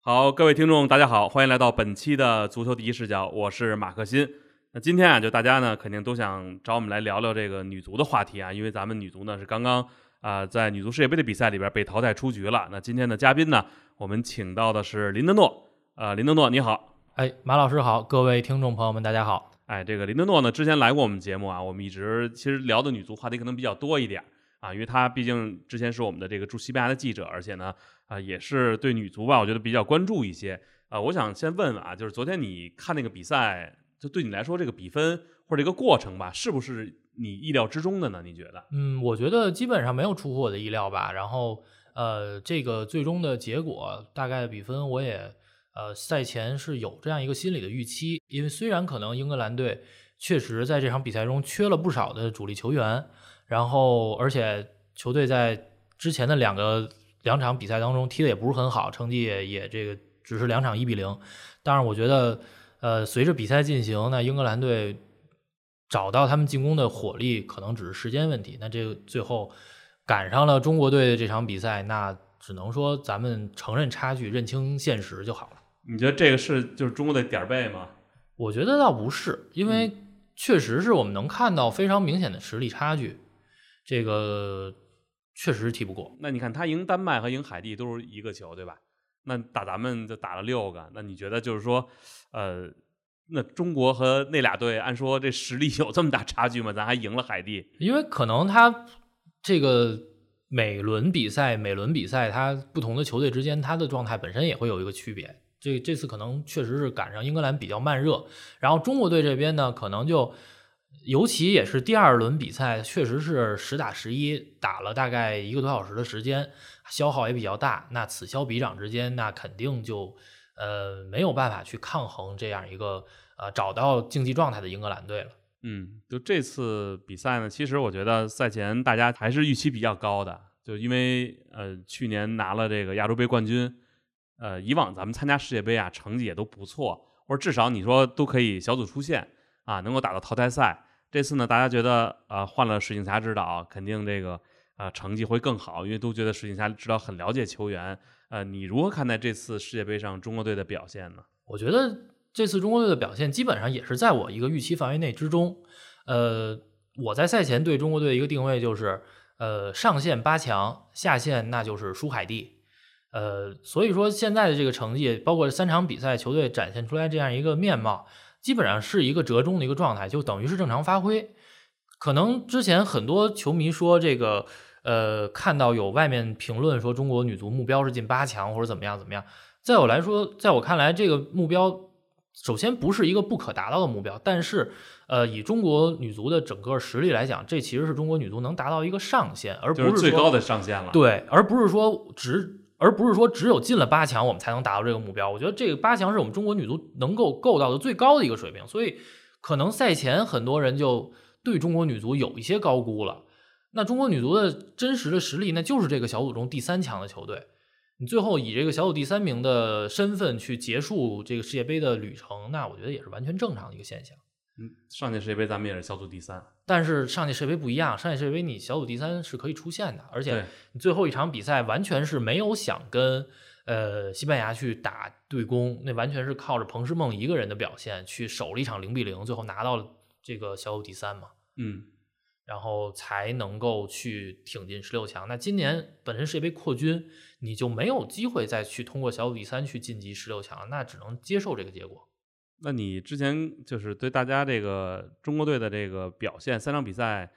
好，各位听众，大家好，欢迎来到本期的足球第一视角，我是马克新。那今天啊，就大家呢肯定都想找我们来聊聊这个女足的话题啊，因为咱们女足呢是刚刚在女足世界杯的比赛里边被淘汰出局了。那今天的嘉宾呢，我们请到的是林德诺，林德诺你好。 马老师好，各位听众朋友们大家好。 这个林德诺呢之前来过我们节目啊，我们一直其实聊的女足话题可能比较多一点啊，因为他毕竟之前是我们的这个驻西班牙的记者，而且呢也是对女足吧，我觉得比较关注一些。我想先问问啊，就是昨天你看那个比赛，就对你来说这个比分或者这个过程吧，是不是你意料之中的呢？你觉得？ 我觉得基本上没有出乎我的意料吧。然后这个最终的结果大概的比分我也赛前是有这样一个心理的预期，因为虽然可能英格兰队确实在这场比赛中缺了不少的主力球员，然后而且球队在之前的两场比赛当中踢的也不是很好，成绩也这个只是2场1-0。当然我觉得随着比赛进行，那英格兰队找到他们进攻的火力可能只是时间问题，那这个最后赶上了中国队的这场比赛，那只能说咱们承认差距，认清现实就好了。 你觉得这个就是中国的点背吗？ 我觉得倒不是，因为确实是我们能看到非常明显的实力差距，这个确实踢不过。 那你看他赢丹麦和赢海地都是一个球，对吧？那打咱们就打了6个，那你觉得就是说，那中国和那俩队按说这实力有这么大差距吗？咱还赢了海地， 因为可能他这个每轮比赛他不同的球队之间他的状态本身也会有一个区别。这次可能确实是赶上英格兰比较慢热，然后中国队这边呢可能就尤其也是第2轮比赛确实是10打11，打了大概1个多小时的时间，消耗也比较大，那此消彼长之间那肯定就没有办法去抗衡这样一个找到竞技状态的英格兰队了。 就这次比赛呢，其实我觉得赛前大家还是预期比较高的，就因为去年拿了这个亚洲杯冠军，以往咱们参加世界杯啊，成绩也都不错，或者至少你说都可以小组出线啊，能够打到淘汰赛。这次呢，大家觉得换了水晶侠指导，肯定这个成绩会更好，因为都觉得水晶侠指导很了解球员。你如何看待这次世界杯上中国队的表现呢？ 我觉得这次中国队的表现基本上也是在我一个预期范围内之中。我在赛前对中国队的一个定位就是上线8强，下线那就是输海地。所以说现在的这个成绩，包括3场比赛球队展现出来这样一个面貌，基本上是一个折中的一个状态，就等于是正常发挥。可能之前很多球迷说这个看到有外面评论说中国女足目标是进8强或者怎么样，在我看来这个目标首先不是一个不可达到的目标，但是以中国女足的整个实力来讲，这其实是中国女足能达到一个上限，而不是说最高的上限了。 对，而不是说只有进了8强我们才能达到这个目标。我觉得这个8强是我们中国女足能够够到的最高的一个水平，所以可能赛前很多人就对中国女足有一些高估了。那中国女足的真实的实力，那就是这个小组中第3强的球队。你最后以这个小组第3名的身份去结束这个世界杯的旅程，那我觉得也是完全正常的一个现象。 上届世界杯咱们也是小组第3， 但是上届世界杯不一样，上届世界杯你小组第3是可以出现的，而且你最后一场比赛完全是没有想跟西班牙去打对攻，那完全是靠着彭诗梦一个人的表现去守了一场0-0，最后拿到了这个小组第3嘛。然后才能够去挺进16强。那今年本身世界杯扩军，你就没有机会再去通过小组第3去晋级16强，那只能接受这个结果。 那你之前就是对大家这个中国队的这个表现，3场比赛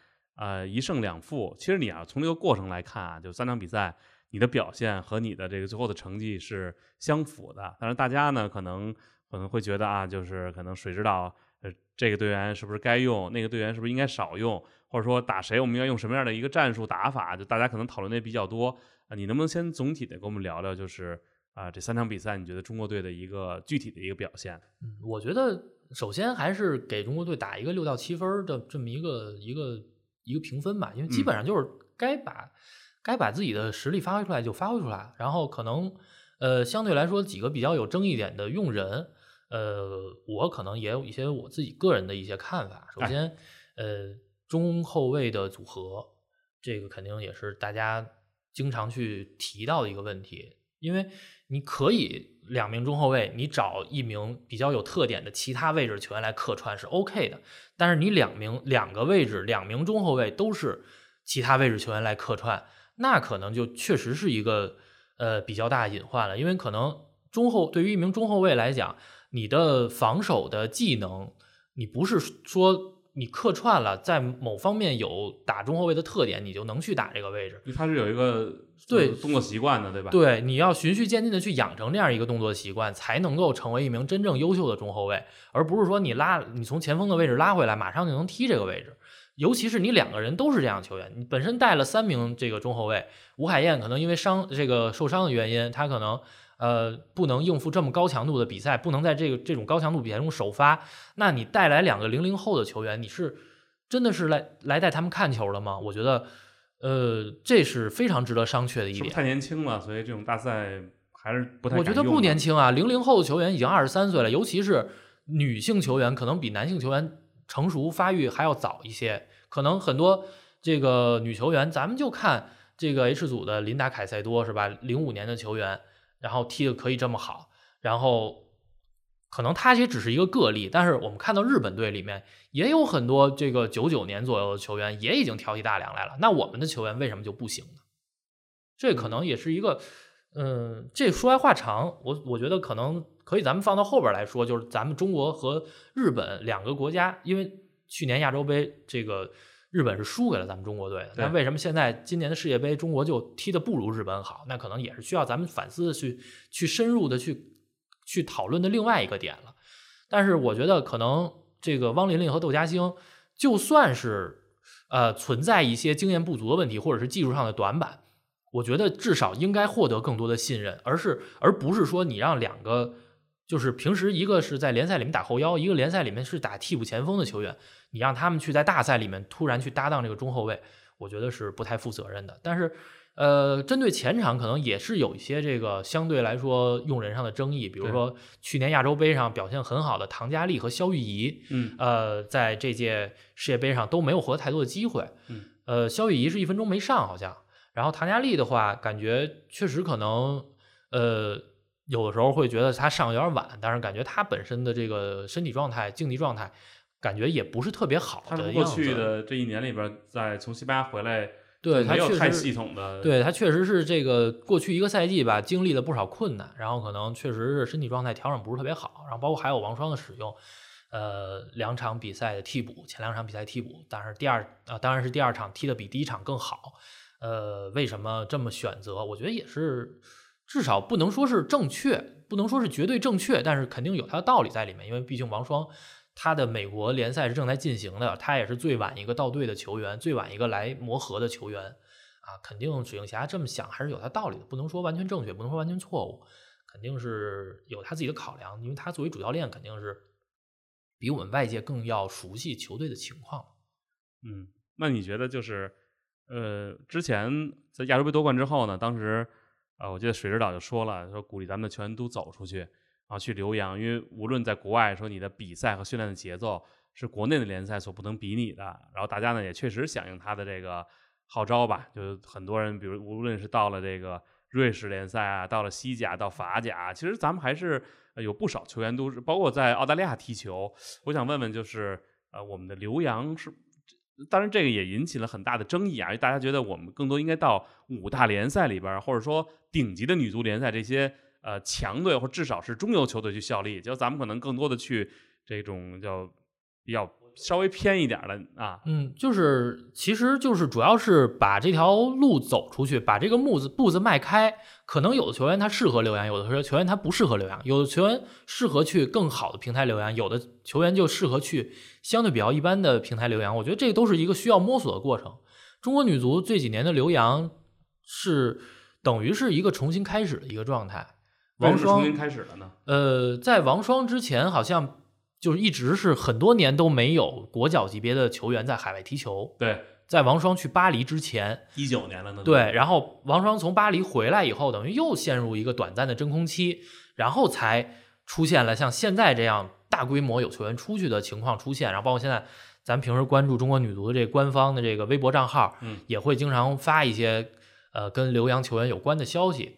1胜2负，其实你从这个过程来看啊，就3场比赛你的表现和你的这个最后的成绩是相符的。但是大家呢可能会觉得就是可能水指导这个队员是不是该用，那个队员是不是应该少用，或者说打谁我们应该用什么样的一个战术打法，就大家可能讨论的比较多。你能不能先总体的跟我们聊聊，就是这3场比赛你觉得中国队的一个具体的一个表现？ 我觉得首先还是给中国队打一个6到7分的这么一个评分吧，因为基本上就是该把自己的实力发挥出来就发挥出来，然后可能相对来说几个比较有争议点的用人，我可能也有一些我自己个人的一些看法。首先中后卫的组合，这个肯定也是大家经常去提到的一个问题。 因为你可以2名中后卫，你找1名比较有特点的其他位置球员来客串是 OK 的，但是你两个位置2名中后卫都是其他位置球员来客串，那可能就确实是一个比较大的隐患了，因为可能对于1名中后卫来讲，你的防守的技能，你不是说你客串了，在某方面有打中后卫的特点，你就能去打这个位置。 因为他是有一个对动作习惯的，对吧？ 对，你要循序渐进的去养成这样一个动作习惯，才能够成为1名真正优秀的中后卫，而不是说你从前锋的位置拉回来，马上就能踢这个位置。尤其是你2个人都是这样的球员，你本身带了3名这个中后卫，吴海燕可能因为受伤的原因，他可能不能应付这么高强度的比赛，不能在这种高强度比赛中首发。那你带来2个00后的球员，你是真的是来带他们看球了吗？我觉得，这是非常值得商榷的一点。 是不是太年轻了？所以这种大赛还是不太敢用。 我觉得不年轻啊，00后的球员已经23岁了，尤其是女性球员，可能比男性球员成熟发育还要早一些。可能很多这个女球员，咱们就看这个 H 组的琳达凯塞多是吧？05年的球员。然后踢得可以这么好，然后可能他也只是一个个例，但是我们看到日本队里面也有很多这个99年左右的球员也已经挑起大梁来了，那我们的球员为什么就不行呢？这可能也是一个，这说来话长，我觉得可能可以咱们放到后边来说，就是咱们中国和日本2个国家，因为去年亚洲杯这个。日本是输给了咱们中国队的，那为什么现在今年的世界杯中国就踢得不如日本好？那可能也是需要咱们反思的去深入的去讨论的另外一个点了。但是我觉得可能这个汪琳琳和窦佳兴，就算是存在一些经验不足的问题，或者是技术上的短板，我觉得至少应该获得更多的信任，而不是说你让2个就是平时一个是在联赛里面打后腰，一个联赛里面是打替补前锋的球员。你让他们去在大赛里面突然去搭档这个中后卫，我觉得是不太负责任的。但是，针对前场可能也是有一些这个相对来说用人上的争议，比如说去年亚洲杯上表现很好的唐佳丽和肖玉仪，在这届世界杯上都没有获得太多的机会。肖玉仪是1分钟没上好像，然后唐佳丽的话，感觉确实可能，有的时候会觉得她上有点晚，但是感觉她本身的这个身体状态、竞技状态。感觉也不是特别好的样子。 他过去的这1年里边，从西班牙回来， 对没有太系统的。 对他确实是这个过去1个赛季吧，经历了不少困难，然后可能确实是身体状态调整不是特别好，然后包括还有王霜的使用，2场比赛的替补，前2场比赛替补，但是当然是第2场踢得比第1场更好。为什么这么选择？我觉得也是，至少不能说是正确，不能说是绝对正确，但是肯定有它的道理在里面，因为毕竟王霜。他的美国联赛是正在进行的，他也是最晚一个到队的球员，最晚一个来磨合的球员啊，肯定水晶侠这么想还是有他道理的，不能说完全正确，不能说完全错误，肯定是有他自己的考量，因为他作为主教练肯定是比我们外界更要熟悉球队的情况。 那你觉得就是之前在亚洲杯夺冠之后呢，当时我记得水指导就说了，说鼓励咱们的球员都走出去。然后去留洋，因为无论在国外说你的比赛和训练的节奏是国内的联赛所不能比拟的，然后大家呢也确实响应他的这个号召吧，就很多人，比如无论是到了这个瑞士联赛啊，到了西甲，到法甲，其实咱们还是有不少球员都是，包括在澳大利亚踢球。我想问问，就是我们的留洋是，当然这个也引起了很大的争议啊，大家觉得我们更多应该到5大联赛里边，或者说顶级的女足联赛这些。强队或至少是中游球队去效力，就咱们可能更多的去这种叫比较稍微偏一点的啊。 其实就是主要是把这条路走出去，把这个步子迈开。可能有的球员他适合留洋，有的球员他不适合留洋，有的球员适合去更好的平台留洋，有的球员就适合去相对比较一般的平台留洋。我觉得这都是一个需要摸索的过程。中国女足这几年的留洋是等于是一个重新开始的一个状态。王霜重新开始了呢？ 在王霜之前，好像就是一直是很多年都没有国脚级别的球员在海外踢球。 对， 在王霜去巴黎之前 ，19年了呢。 对，然后王霜从巴黎回来以后，等于又陷入一个短暂的真空期，然后才出现了像现在这样大规模有球员出去的情况出现。然后包括现在咱平时关注中国女足的这个官方的这个微博账号，也会经常发一些跟留洋球员有关的消息。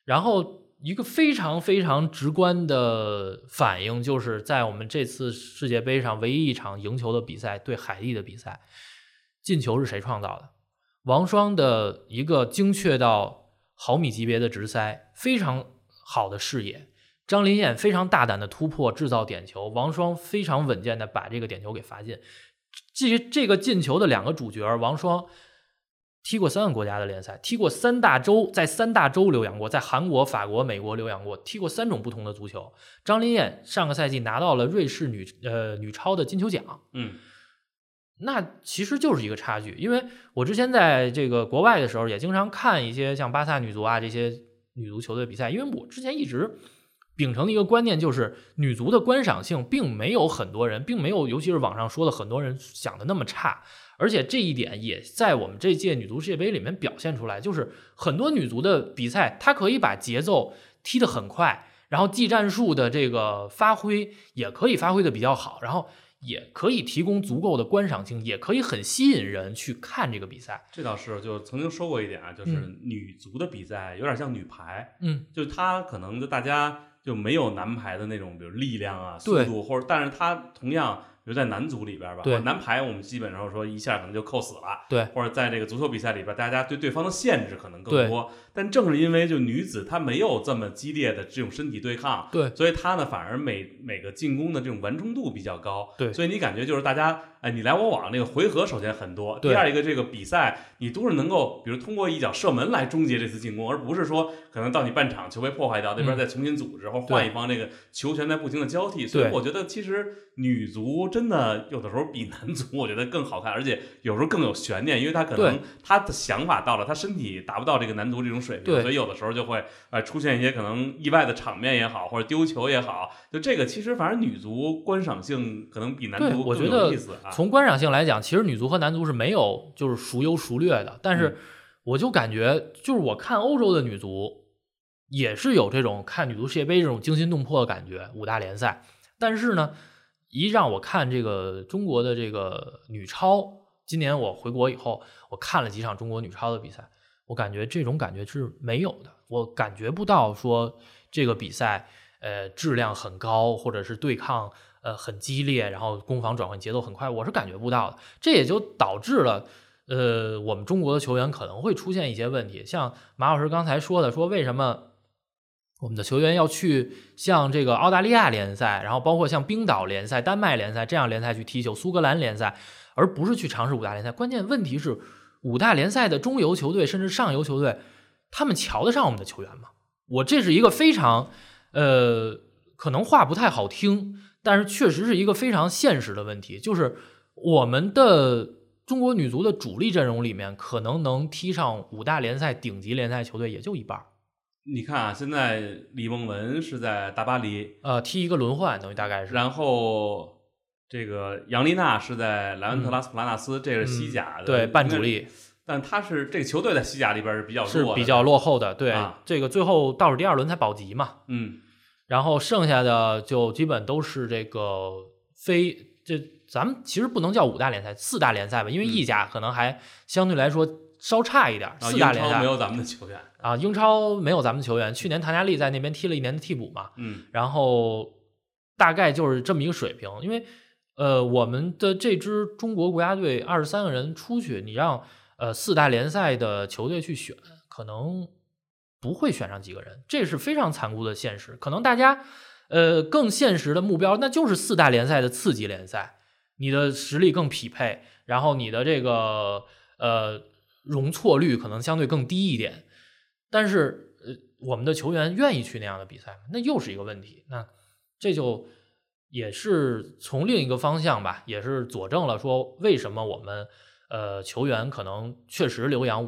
然后一个非常非常直观的反应，就是在我们这次世界杯上唯一一场赢球的比赛，对海地的比赛，进球是谁创造的？王霜的一个精确到毫米级别的直塞，非常好的视野。张琳艳非常大胆的突破制造点球，王霜非常稳健的把这个点球给罚进。这个进球的两个主角，王霜踢过3个国家的联赛，踢过3大洲，在3大洲留洋过，在韩国、法国、美国留洋过，踢过3种不同的足球。张琳艳上个赛季拿到了瑞士女超的金球奖，那其实就是一个差距。因为我之前在这个国外的时候，也经常看一些像巴萨女足啊这些女足球队比赛，因为我之前一直秉承的一个观念就是，女足的观赏性并没有很多人，并没有尤其是网上说的很多人想的那么差。而且这一点也在我们这届女足世界杯里面表现出来，就是很多女足的比赛，她可以把节奏踢得很快，然后技战术的这个发挥也可以发挥的比较好，然后也可以提供足够的观赏性，也可以很吸引人去看这个比赛。 这倒是，就曾经说过一点啊，就是女足的比赛有点像女排，就是她可能就大家就没有男排的那种，比如力量啊、速度，或者，但是她同样。比如在男足里边吧， 对男排我们基本上说一下可能就扣死了， 对， 或者在这个足球比赛里边，大家对对方的限制可能更多。但正是因为就女子她没有这么激烈的这种身体对抗， 对， 所以她呢反而每个进攻的这种完成度比较高， 对， 所以你感觉就是大家你来我往，那个回合首先很多，第二一个这个比赛你都是能够比如通过一脚射门来终结这次进攻，而不是说可能到你半场球被破坏掉，那边再重新组织或换一方，这个球权在不停的交替。所以我觉得其实女足真的有的时候比男足我觉得更好看，而且有时候更有悬念，因为他可能他的想法到了，他身体达不到这个男足这种水平，所以有的时候就会出现一些可能意外的场面也好，或者丢球也好，就这个其实反正女足观赏性可能比男足更有意思啊。 从观赏性来讲，其实女足和男足是没有就是孰优孰劣的，但是我就感觉就是我看欧洲的女足也是有这种看女足世界杯这种惊心动魄的感觉，5大联赛，但是呢一让我看这个中国的这个女超，今年我回国以后，我看了几场中国女超的比赛，我感觉这种感觉是没有的，我感觉不到说这个比赛质量很高，或者是对抗很激烈，然后攻防转换节奏很快，我是感觉不到的。这也就导致了我们中国的球员可能会出现一些问题，像马老师刚才说的，说为什么我们的球员要去像这个澳大利亚联赛，然后包括像冰岛联赛、丹麦联赛这样联赛去踢球，苏格兰联赛，而不是去尝试5大联赛。关键问题是5大联赛的中游球队甚至上游球队，他们瞧得上我们的球员吗？我这是一个非常可能话不太好听，但是确实是一个非常现实的问题，就是我们的中国女足的主力阵容里面，可能能踢上5大联赛顶级联赛球队也就一半。 你看啊，现在李梦雯是在大巴黎， 踢一个轮换，等于大概是。 然后这个杨丽娜是在莱万特拉斯普拉纳斯，这是西甲的， 对，半主力。 但他是这个球队在西甲里边是比较弱的， 是比较落后的，对，这个最后倒数第2轮才保级嘛，然后剩下的就基本都是这个咱们其实不能叫5大联赛，4大联赛吧，因为意甲可能还相对来说稍差一点，4大联赛没有咱们的球员啊，英超没有咱们的球员，去年唐加利在那边踢了1年的替补嘛，然后大概就是这么一个水平，因为我们的这支中国国家队23个人出去，你让4大联赛的球队去选，可能不会选上几个人，这是非常残酷的现实。可能大家更现实的目标，那就是4大联赛的次级联赛，你的实力更匹配，然后你的这个容错率可能相对更低一点。但是我们的球员愿意去那样的比赛吗？那又是一个问题。那这就也是从另一个方向吧，也是佐证了说为什么我们球员可能确实留洋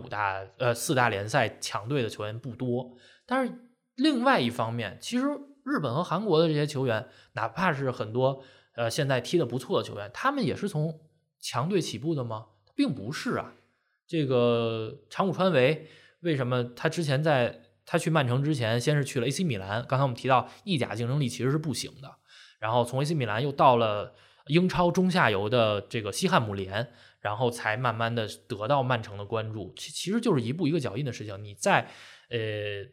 4大联赛强队的球员不多。但是另外一方面，其实日本和韩国的这些球员，哪怕是很多现在踢得不错的球员，他们也是从强队起步的吗？并不是啊。这个长谷川唯为什么他之前他去曼城之前，先是去了 AC 米兰，刚才我们提到意甲竞争力其实是不行的，然后从 AC 米兰又到了英超中下游的这个西汉姆联，然后才慢慢的得到曼城的关注，其实就是一步一个脚印的事情。你在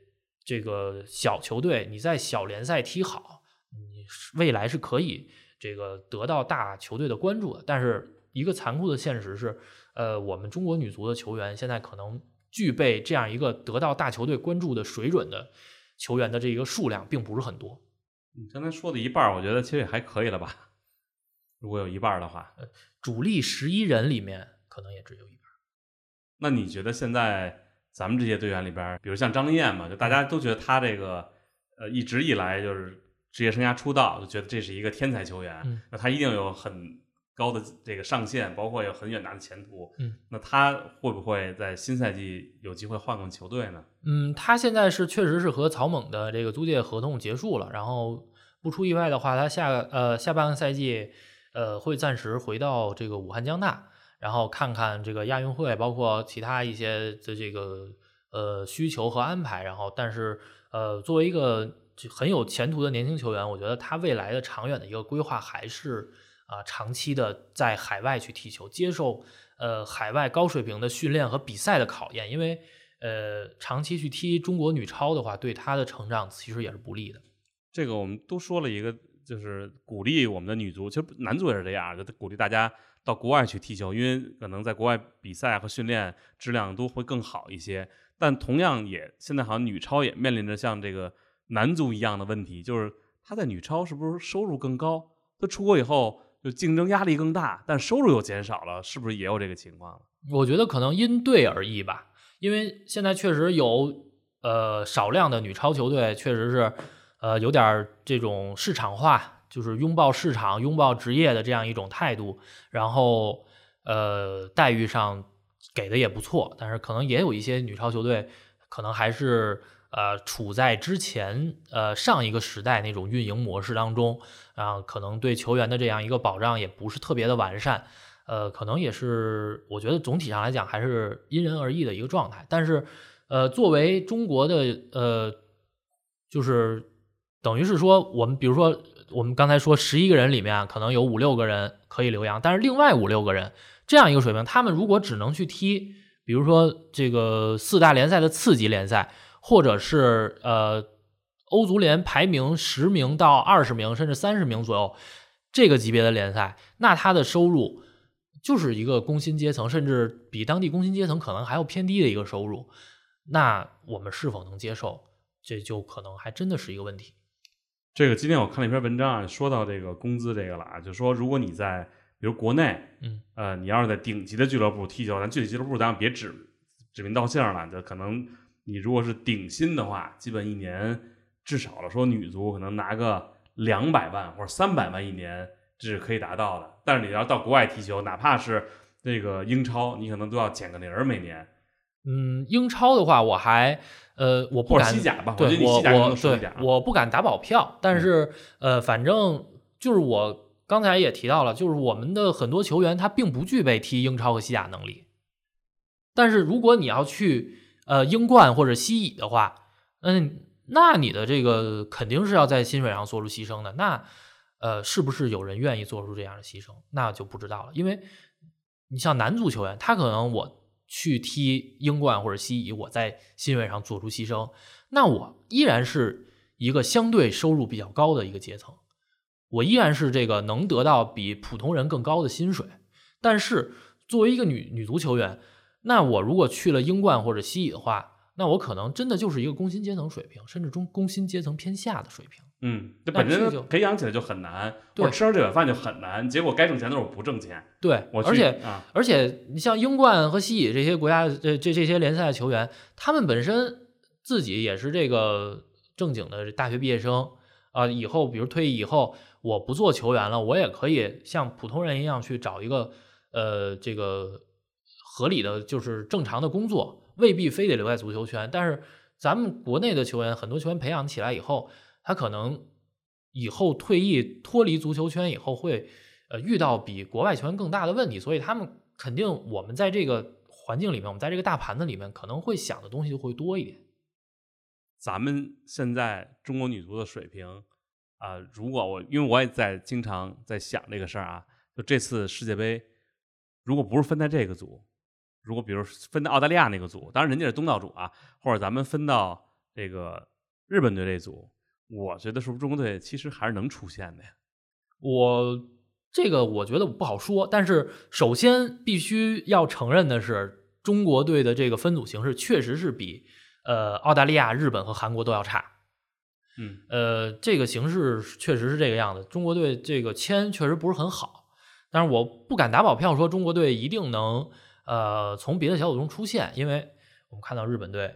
这个小球队你在小联赛踢好，你未来是可以这个得到大球队的关注的。但是一个残酷的现实是，我们中国女足的球员现在可能具备这样一个得到大球队关注的水准的球员的这个数量并不是很多。 你刚才说的一半，我觉得其实也还可以了吧？如果有一半的话， 主力11人里面可能也只有一半。 那你觉得现在咱们这些队员里边，比如像张琳艳嘛，就大家都觉得她这个一直以来就是职业生涯出道就觉得这是一个天才球员，那她一定有很高的这个上限，包括有很远大的前途。那她会不会在新赛季有机会换个球队呢？ 她现在确实是和草蜢的这个租借合同结束了，然后不出意外的话，她下半个赛季会暂时回到这个武汉江大。然后看看这个亚运会，包括其他一些的这个需求和安排。然后，但是作为一个很有前途的年轻球员，我觉得他未来的长远的一个规划还是长期的在海外去踢球，接受海外高水平的训练和比赛的考验。因为长期去踢中国女超的话，对他的成长其实也是不利的。 这个我们都说了一个，就是鼓励我们的女足，其实男足也是这样，就鼓励大家到国外去踢球，因为可能在国外比赛和训练质量都会更好一些。但同样现在好像女超也面临着像这个男足一样的问题，就是她在女超是不是收入更高？她出国以后就竞争压力更大，但收入又减少了，是不是也有这个情况？ 我觉得可能因队而异吧，因为现在确实有少量的女超球队确实是有点这种市场化。就是拥抱市场、拥抱职业的这样一种态度，然后待遇上给的也不错，但是可能也有一些女超球队可能还是处在之前上一个时代那种运营模式当中，可能对球员的这样一个保障也不是特别的完善，可能也是我觉得总体上来讲还是因人而异的一个状态。但是作为中国的就是等于是说我们比如说。我们刚才说11个人里面可能有5、6个人可以留洋，但是另外5、6个人这样一个水平，他们如果只能去踢，比如说这个4大联赛的次级联赛，或者是欧足联排名10名到20名甚至30名左右这个级别的联赛，那他的收入就是一个工薪阶层，甚至比当地工薪阶层可能还要偏低的一个收入，那我们是否能接受，这就可能还真的是一个问题。 这个今天我看了一篇文章啊，说到这个工资这个了啊，就说如果你在比如国内，你要是在顶级的俱乐部踢球，咱具体俱乐部咱别指名道姓了，就可能你如果是顶薪的话，基本一年至少了说女足可能拿个200万或者300万一年，这是可以达到的。但是你要到国外踢球，哪怕是这个英超，你可能都要减个0每年。 英超的话，我还我不敢， 西甲吧， 对， 我不敢打保票，但是反正就是我刚才也提到了，就是我们的很多球员他并不具备踢英超和西甲能力，但是如果你要去英冠或者西乙的话，那你的这个肯定是要在薪水上做出牺牲的，那是不是有人愿意做出这样的牺牲，那就不知道了，因为你像男足球员，他可能我去踢英冠或者西乙，我在薪水上做出牺牲，那我依然是一个相对收入比较高的一个阶层，我依然是这个能得到比普通人更高的薪水。但是作为一个女足球员，那我如果去了英冠或者西乙的话，那我可能真的就是一个工薪阶层水平，甚至工薪阶层偏下的水平。 这本身培养起来就很难，或者吃上这碗饭就很难，结果该挣钱的时候不挣钱。 对，而且你像英冠和西乙这些国家这些联赛的球员，他们本身自己也是这个正经的大学毕业生以后比如退役以后，我不做球员了，我也可以像普通人一样去找一个这个合理的就是正常的工作，未必非得留在足球圈。但是咱们国内的球员，很多球员培养起来以后，他可能以后退役脱离足球圈以后会遇到比国外球员更大的问题，所以他们肯定我们在这个环境里面，我们在这个大盘子里面可能会想的东西就会多一点。 咱们现在中国女足的水平如果因为我也经常在想这个事儿啊，就这次世界杯如果不是分在这个组，如果比如分到澳大利亚那个组，当然人家是东道主啊，或者咱们分到这个日本队这组，我觉得是不是中国队其实还是能出现的呀？ 这个我觉得不好说，但是首先必须要承认的是，中国队的这个分组形势确实是比澳大利亚、日本和韩国都要差。这个形势确实是这个样子。中国队这个签确实不是很好，但是我不敢打保票说中国队一定能从别的小组中出现，因为我们看到日本队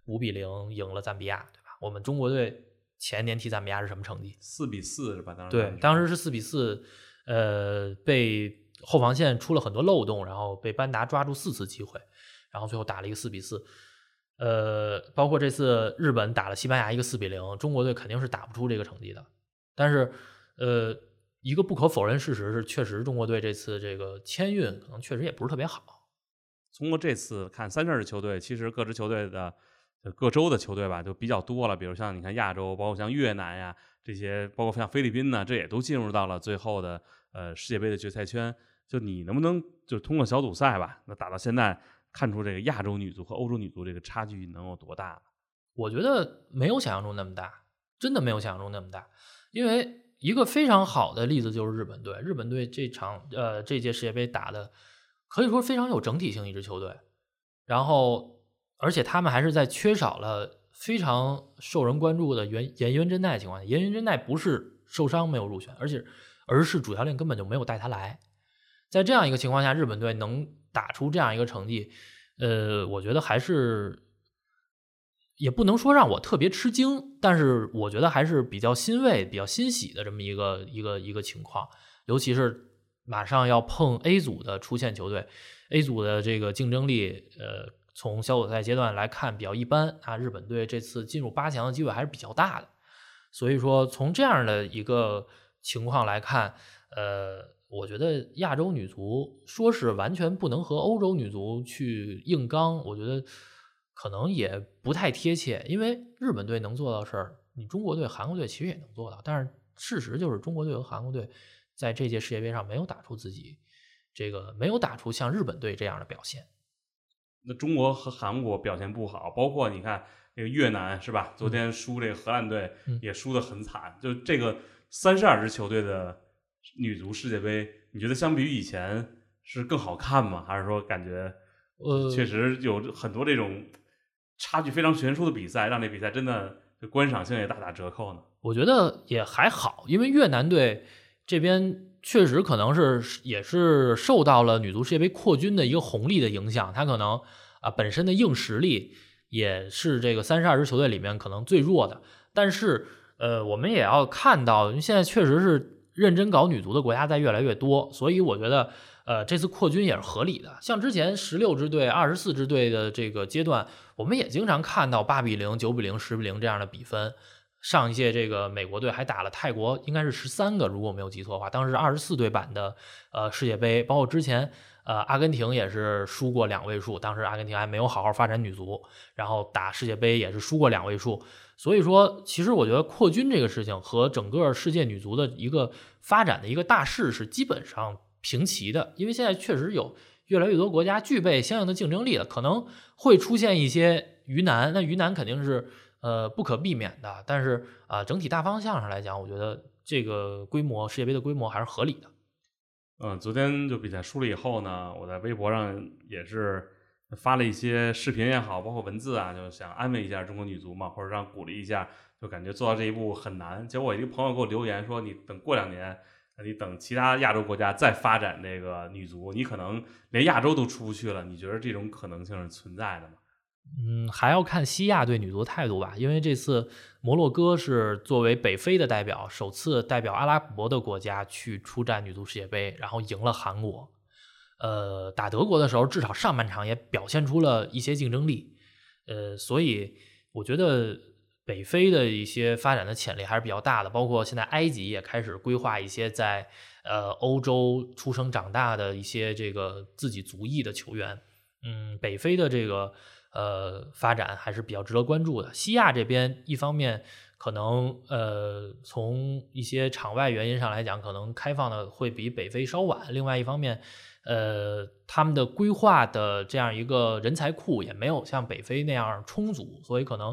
5-0赢了赞比亚，对吧？我们中国队前年踢赞比亚是什么成绩 ？4-4是吧？ 对，当时是4-4，被后防线出了很多漏洞，然后被班达抓住4次机会，然后最后打了一个4-4。包括这次日本打了西班牙一个4-0，中国队肯定是打不出这个成绩的。但是，一个不可否认事实是，确实中国队这次这个签运可能确实也不是特别好。 通过这次看30支球队，其实各支球队的各州的球队吧就比较多了，比如像你看亚洲，包括像越南呀这些，包括像菲律宾呢，这也都进入到了最后的世界杯的决赛圈。就你能不能就通过小组赛吧，那打到现在看出这个亚洲女足和欧洲女足这个差距能有多大？ 我觉得没有想象中那么大，真的没有想象中那么大。因为一个非常好的例子就是日本队，日本队这届世界杯打的可以说非常有整体性一支球队，然后而且他们还是在缺少了非常受人关注的岩原真奈情况下，岩原真奈不是受伤没有入选，而是主教练根本就没有带他来。在这样一个情况下，日本队能打出这样一个成绩，我觉得还是也不能说让我特别吃惊，但是我觉得还是比较欣慰、比较欣喜的这么一个情况。尤其是马上要碰 A 组的出线球队 ，A 组的这个竞争力，从小组赛阶段来看比较一般啊。日本队这次进入8强的机会还是比较大的，所以说从这样的一个情况来看，我觉得亚洲女足说是完全不能和欧洲女足去硬刚，我觉得可能也不太贴切，因为日本队能做到的事儿，你中国队、韩国队其实也能做到，但是事实就是中国队和韩国队在这届世界杯上没有打出没有打出像日本队这样的表现。 那中国和韩国表现不好，包括你看那个越南是吧？昨天输这个荷兰队也输得很惨。就这个32支球队的女足世界杯，你觉得相比于以前是更好看吗？还是说感觉确实有很多这种差距非常悬殊的比赛，让这比赛真的观赏性也大打折扣呢？我觉得也还好，因为越南队这边确实可能也是受到了女足世界杯扩军的一个红利的影响，它可能本身的硬实力也是这个32支球队里面可能最弱的。但是我们也要看到，因为现在确实是认真搞女足的国家在越来越多，所以我觉得这次扩军也是合理的。像之前16支队、24支队的这个阶段，我们也经常看到8-0、9-0、10-0这样的比分。上一届这个美国队还打了泰国，应该是13个，如果我没有记错的话，当时24队版的世界杯，包括之前阿根廷也是输过2位数，当时阿根廷还没有好好发展女足，然后打世界杯也是输过2位数。所以说，其实我觉得扩军这个事情和整个世界女足的一个发展的一个大势是基本上平齐的，因为现在确实有越来越多国家具备相应的竞争力了，可能会出现一些鱼腩，那鱼腩肯定是不可避免的，但是整体大方向上来讲，我觉得这个规模世界杯的规模还是合理的。 昨天就比赛输了以后呢，我在微博上也是发了一些视频也好，包括文字啊，就想安慰一下中国女足嘛，或者让鼓励一下，就感觉做到这一步很难。结果我一个朋友给我留言说，你等过2年，你等其他亚洲国家再发展这个女足，你可能连亚洲都出不去了。你觉得这种可能性是存在的吗？ 还要看西亚对女足态度吧，因为这次摩洛哥是作为北非的代表，首次代表阿拉伯的国家去出战女足世界杯，然后赢了韩国。打德国的时候，至少上半场也表现出了一些竞争力。所以我觉得北非的一些发展的潜力还是比较大的，包括现在埃及也开始规划一些在欧洲出生长大的一些这个自己族裔的球员。北非的这个发展还是比较值得关注的。西亚这边一方面可能从一些场外原因上来讲，可能开放的会比北非稍晚，另外一方面他们的规划的这样一个人才库也没有像北非那样充足，所以可能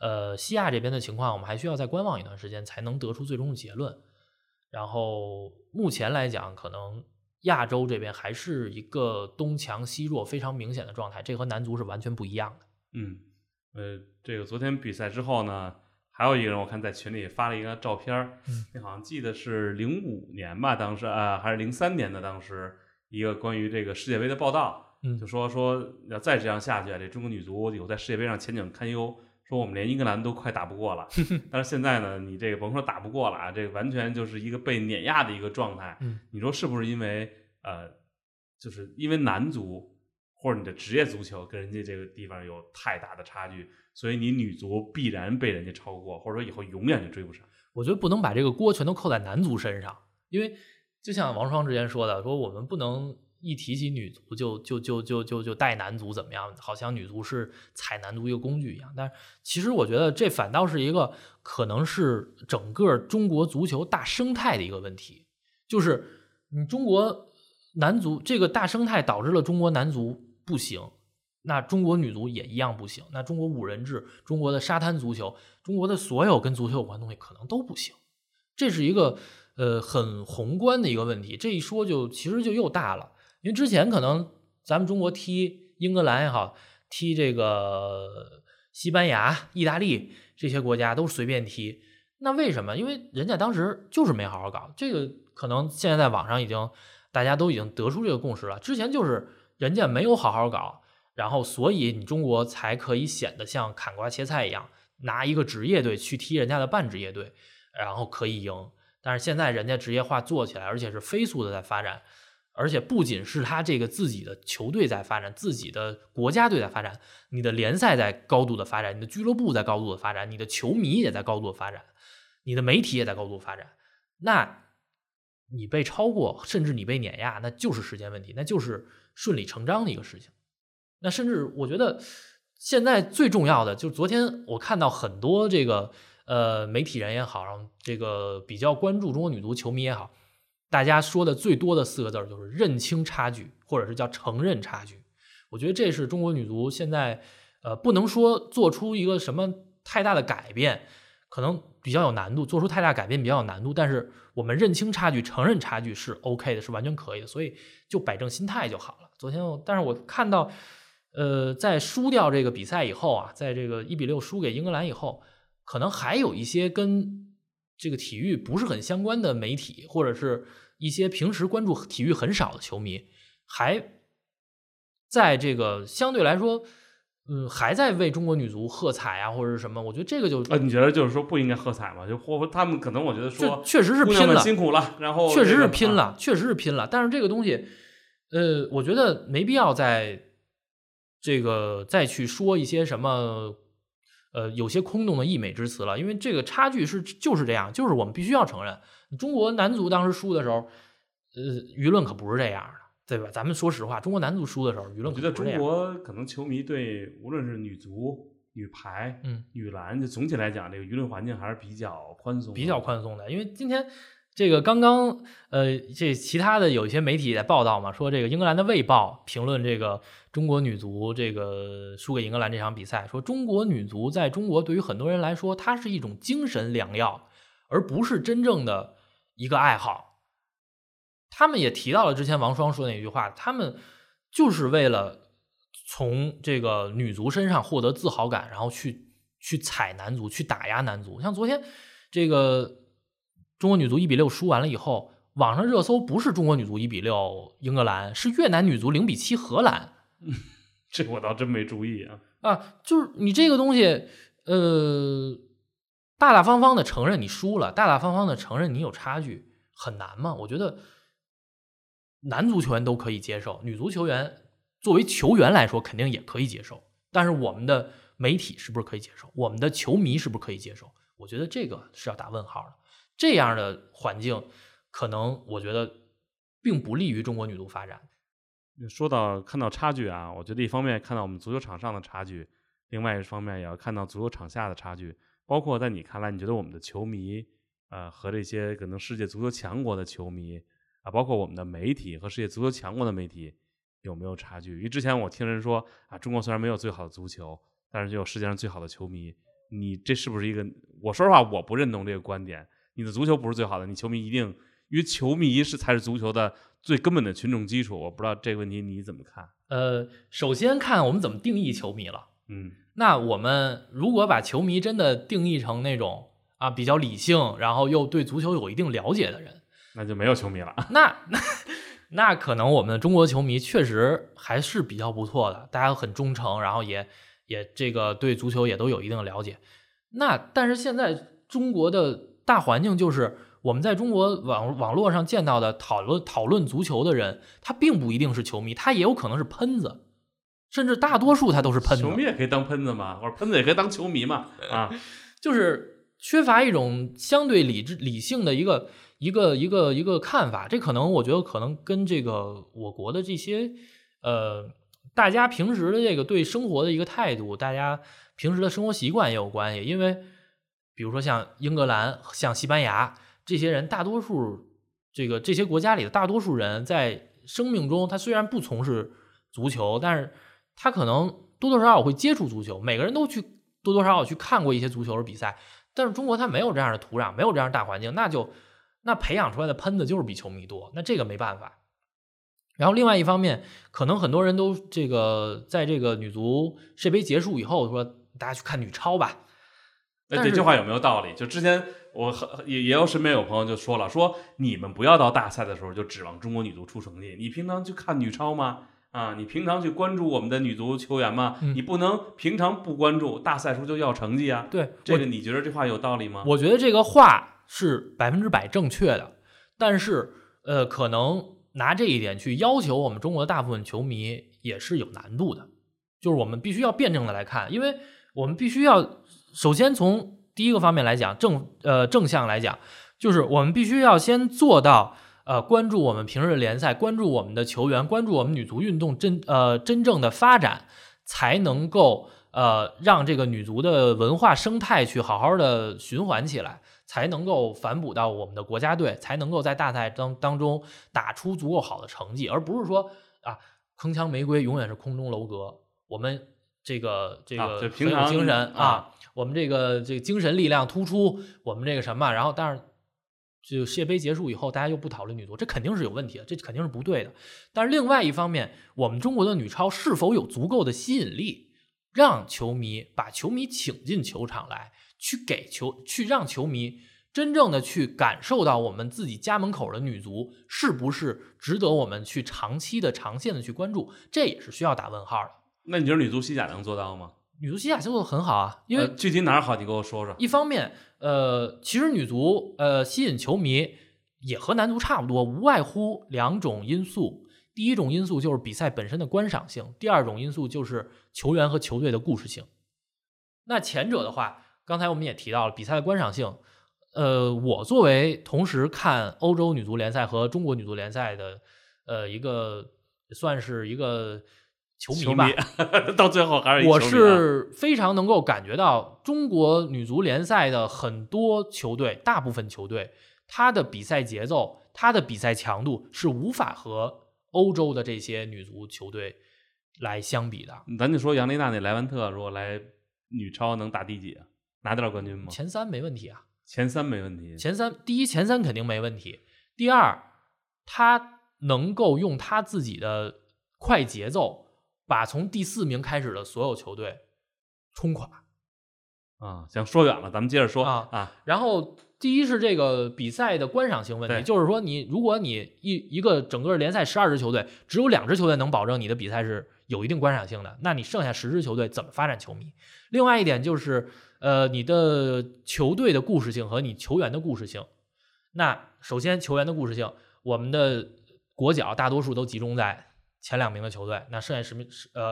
西亚这边的情况，我们还需要再观望一段时间，才能得出最终的结论。然后目前来讲，可能亚洲这边还是一个东强西弱非常明显的状态，这和男足是完全不一样的。 这个昨天比赛之后呢，还有一个人我看在群里发了一个照片，那好像记得是05年吧，当时还是03年的，当时一个关于这个世界杯的报道，就说要再这样下去，这中国女足有在世界杯上前景堪忧。说我们连英格兰都快打不过了，但是现在呢，你这个甭说打不过了啊，这个完全就是一个被碾压的一个状态。你说是不是因为就是因为男足或者你的职业足球跟人家这个地方有太大的差距，所以你女足必然被人家超过，或者说以后永远就追不上？ 我觉得不能把这个锅全都扣在男足身上，因为就像王霜之前说的，说我们不能一提起女足就带男足怎么样，好像女足是踩男足一个工具一样。但是其实我觉得这反倒是一个可能是整个中国足球大生态的一个问题，就是你中国男足这个大生态导致了中国男足不行，那中国女足也一样不行，那中国五人制、中国的沙滩足球、中国的所有跟足球有关的东西可能都不行。这是一个很宏观的一个问题，这一说其实就又大了。因为之前可能咱们中国踢英格兰也好，踢这个西班牙、意大利这些国家都随便踢，那为什么？因为人家当时就是没好好搞，这个可能现在在网上大家都已经得出这个共识了。之前就是人家没有好好搞，然后所以你中国才可以显得像砍瓜切菜一样，拿一个职业队去踢人家的半职业队，然后可以赢。但是现在人家职业化做起来，而且是飞速的在发展。而且不仅是他这个自己的球队在发展，自己的国家队在发展，你的联赛在高度的发展，你的俱乐部在高度的发展，你的球迷也在高度的发展，你的媒体也在高度的发展。那你被超过，甚至你被碾压，那就是时间问题，那就是顺理成章的一个事情。那甚至我觉得现在最重要的就是昨天我看到很多这个媒体人也好，然后这个比较关注中国女足球迷也好，大家说的最多的4个字就是认清差距，或者是叫承认差距。我觉得这是中国女足现在不能说做出一个什么太大的改变，可能比较有难度，做出太大改变比较有难度，但是我们认清差距、承认差距是 OK 的，是完全可以的，所以就摆正心态就好了。昨天但是我看到在输掉这个比赛以后啊，在这个1-6输给英格兰以后，可能还有一些跟这个体育不是很相关的媒体，或者是一些平时关注体育很少的球迷，还在这个相对来说还在为中国女足喝彩啊，或者是什么。我觉得这个就你觉得就是说不应该喝彩吗？就或他们可能我觉得说确实是拼了， 辛苦了，然后确实是拼了，确实是拼了。但是这个东西我觉得没必要再去说一些什么有些空洞的溢美之词了，因为这个差距就是这样，就是我们必须要承认。中国男足当时输的时候舆论可不是这样的，对吧？咱们说实话，中国男足输的时候舆论可不是这样。 我觉得中国可能球迷对无论是女足、女排、女篮，就总体来讲这个舆论环境还是比较宽松的， 因为今天这个刚刚这其他的有一些媒体在报道嘛，说这个英格兰的《卫报》评论这个中国女足这个输给英格兰这场比赛，说中国女足在中国对于很多人来说，它是一种精神良药，而不是真正的一个爱好。他们也提到了之前王霜说的那句话，他们就是为了从这个女足身上获得自豪感，然后去踩男足，去打压男足。像昨天这个中国女足1-6输完了以后，网上热搜不是中国女足1-6英格兰，是越南女足0-7荷兰。 这我倒真没注意就是你这个东西大大方方的承认你输了，大大方方的承认你有差距，很难吗？我觉得男足球员都可以接受，女足球员作为球员来说肯定也可以接受，但是我们的媒体是不是可以接受，我们的球迷是不是可以接受，我觉得这个是要打问号的。这样的环境可能我觉得并不利于中国女足发展。 说到看到差距啊，我觉得一方面看到我们足球场上的差距，另外一方面也要看到足球场下的差距。包括在你看来，你觉得我们的球迷和这些可能世界足球强国的球迷包括我们的媒体和世界足球强国的媒体有没有差距？因为之前我听人说中国虽然没有最好的足球，但是就有世界上最好的球迷。 你这是不是一个？我说实话，我不认同这个观点。你的足球不是最好的，你球迷一定，因为球迷才是足球的最根本的群众基础。我不知道这个问题你怎么看？ 首先看我们怎么定义球迷了。那我们如果把球迷真的定义成那种比较理性，然后又对足球有一定了解的人， 那就没有球迷了。 那可能我们的中国球迷确实还是比较不错的，大家很忠诚，然后也这个对足球也都有一定的了解。但是现在中国的大环境就是我们在中国网络上见到的讨论足球的人，他并不一定是球迷，他也有可能是喷子，甚至大多数他都是喷子。 球迷也可以当喷子嘛，或者喷子也可以当球迷嘛就是缺乏一种相对理性的一个看法。这可能我觉得可能跟这个我国的这些大家平时的这个对生活的一个态度，大家平时的生活习惯也有关系。因为比如说像英格兰、像西班牙这些人，大多数这些国家里的大多数人在生命中，他虽然不从事足球，但是他可能多多少少会接触足球，每个人都去多多少少去看过一些足球的比赛。但是中国它没有这样的土壤，没有这样的大环境，那培养出来的喷子就是比球迷多，那这个没办法。然后另外一方面，可能很多人都在这个女足世界杯结束以后说大家去看女超吧。 这句话有没有道理？就之前我也有身边有朋友就说了，说你们不要到大赛的时候就指望中国女足出成绩，你平常去看女超吗？你平常去关注我们的女足球员吗？你不能平常不关注，大赛时候就要成绩啊。 对， 这个你觉得这话有道理吗？ 我觉得这个话是100%正确的，但是可能拿这一点去要求我们中国的大部分球迷也是有难度的。就是我们必须要辩证的来看，因为我们必须要首先从第一个方面来讲，正向来讲，就是我们必须要先做到关注我们平日的联赛，关注我们的球员，关注我们女足运动真正的发展，才能够让这个女足的文化生态去好好的循环起来，才能够反哺到我们的国家队，才能够在大赛当中打出足够好的成绩，而不是说铿锵玫瑰永远是空中楼阁。我们这个很有精神我们这个精神力量突出，我们这个什么，然后但是就世界杯结束以后，大家又不讨论女足，这肯定是有问题的，这肯定是不对的。但是另外一方面，我们中国的女超是否有足够的吸引力，让把球迷请进球场来，去让球迷真正的去感受到我们自己家门口的女足是不是值得我们去长线的去关注，这也是需要打问号的。 那你觉得女足西甲能做到吗？ 女足西甲做得很好啊，因为具体哪儿好，你给我说说。 一方面，其实女足吸引球迷也和男足差不多，无外乎2种因素。第一种因素就是比赛本身的观赏性，第二种因素就是球员和球队的故事性。那前者的话，刚才我们也提到了比赛的观赏性。我作为同时看欧洲女足联赛和中国女足联赛的算是一个球迷吧， 到最后还是我是非常能够感觉到中国女足联赛的很多球队，大部分球队，它的比赛节奏，它的比赛强度是无法和欧洲的这些女足球队来相比的。 咱就说杨丽娜那莱万特，如果来女超能打第几啊？拿得了冠军吗？ 前3没问题啊。 前3没问题。 第一，前3肯定没问题。第二，他能够用他自己的快节奏，把从第4名开始的所有球队冲垮。 行，说远了，咱们接着说然后第一是这个比赛的观赏性问题，就是说如果你一个整个联赛12支球队，只有2支球队能保证你的比赛是有一定观赏性的，那你剩下10支球队怎么发展球迷？另外一点就是你的球队的故事性和你球员的故事性。那首先球员的故事性，我们的国脚大多数都集中在前2名的球队，那剩下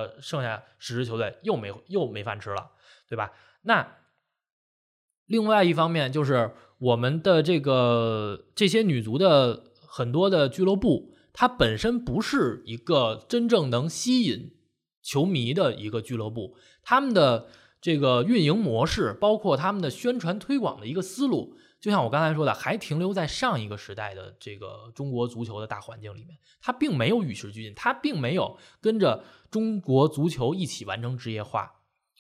10支球队又没饭吃了，对吧？那另外一方面就是我们的这些女足的很多的俱乐部，它本身不是一个真正能吸引球迷的一个俱乐部，他们的这个运营模式，包括他们的宣传推广的一个思路，就像我刚才说的，还停留在上一个时代的这个中国足球的大环境里面，它并没有与时俱进，它并没有跟着中国足球一起完成职业化。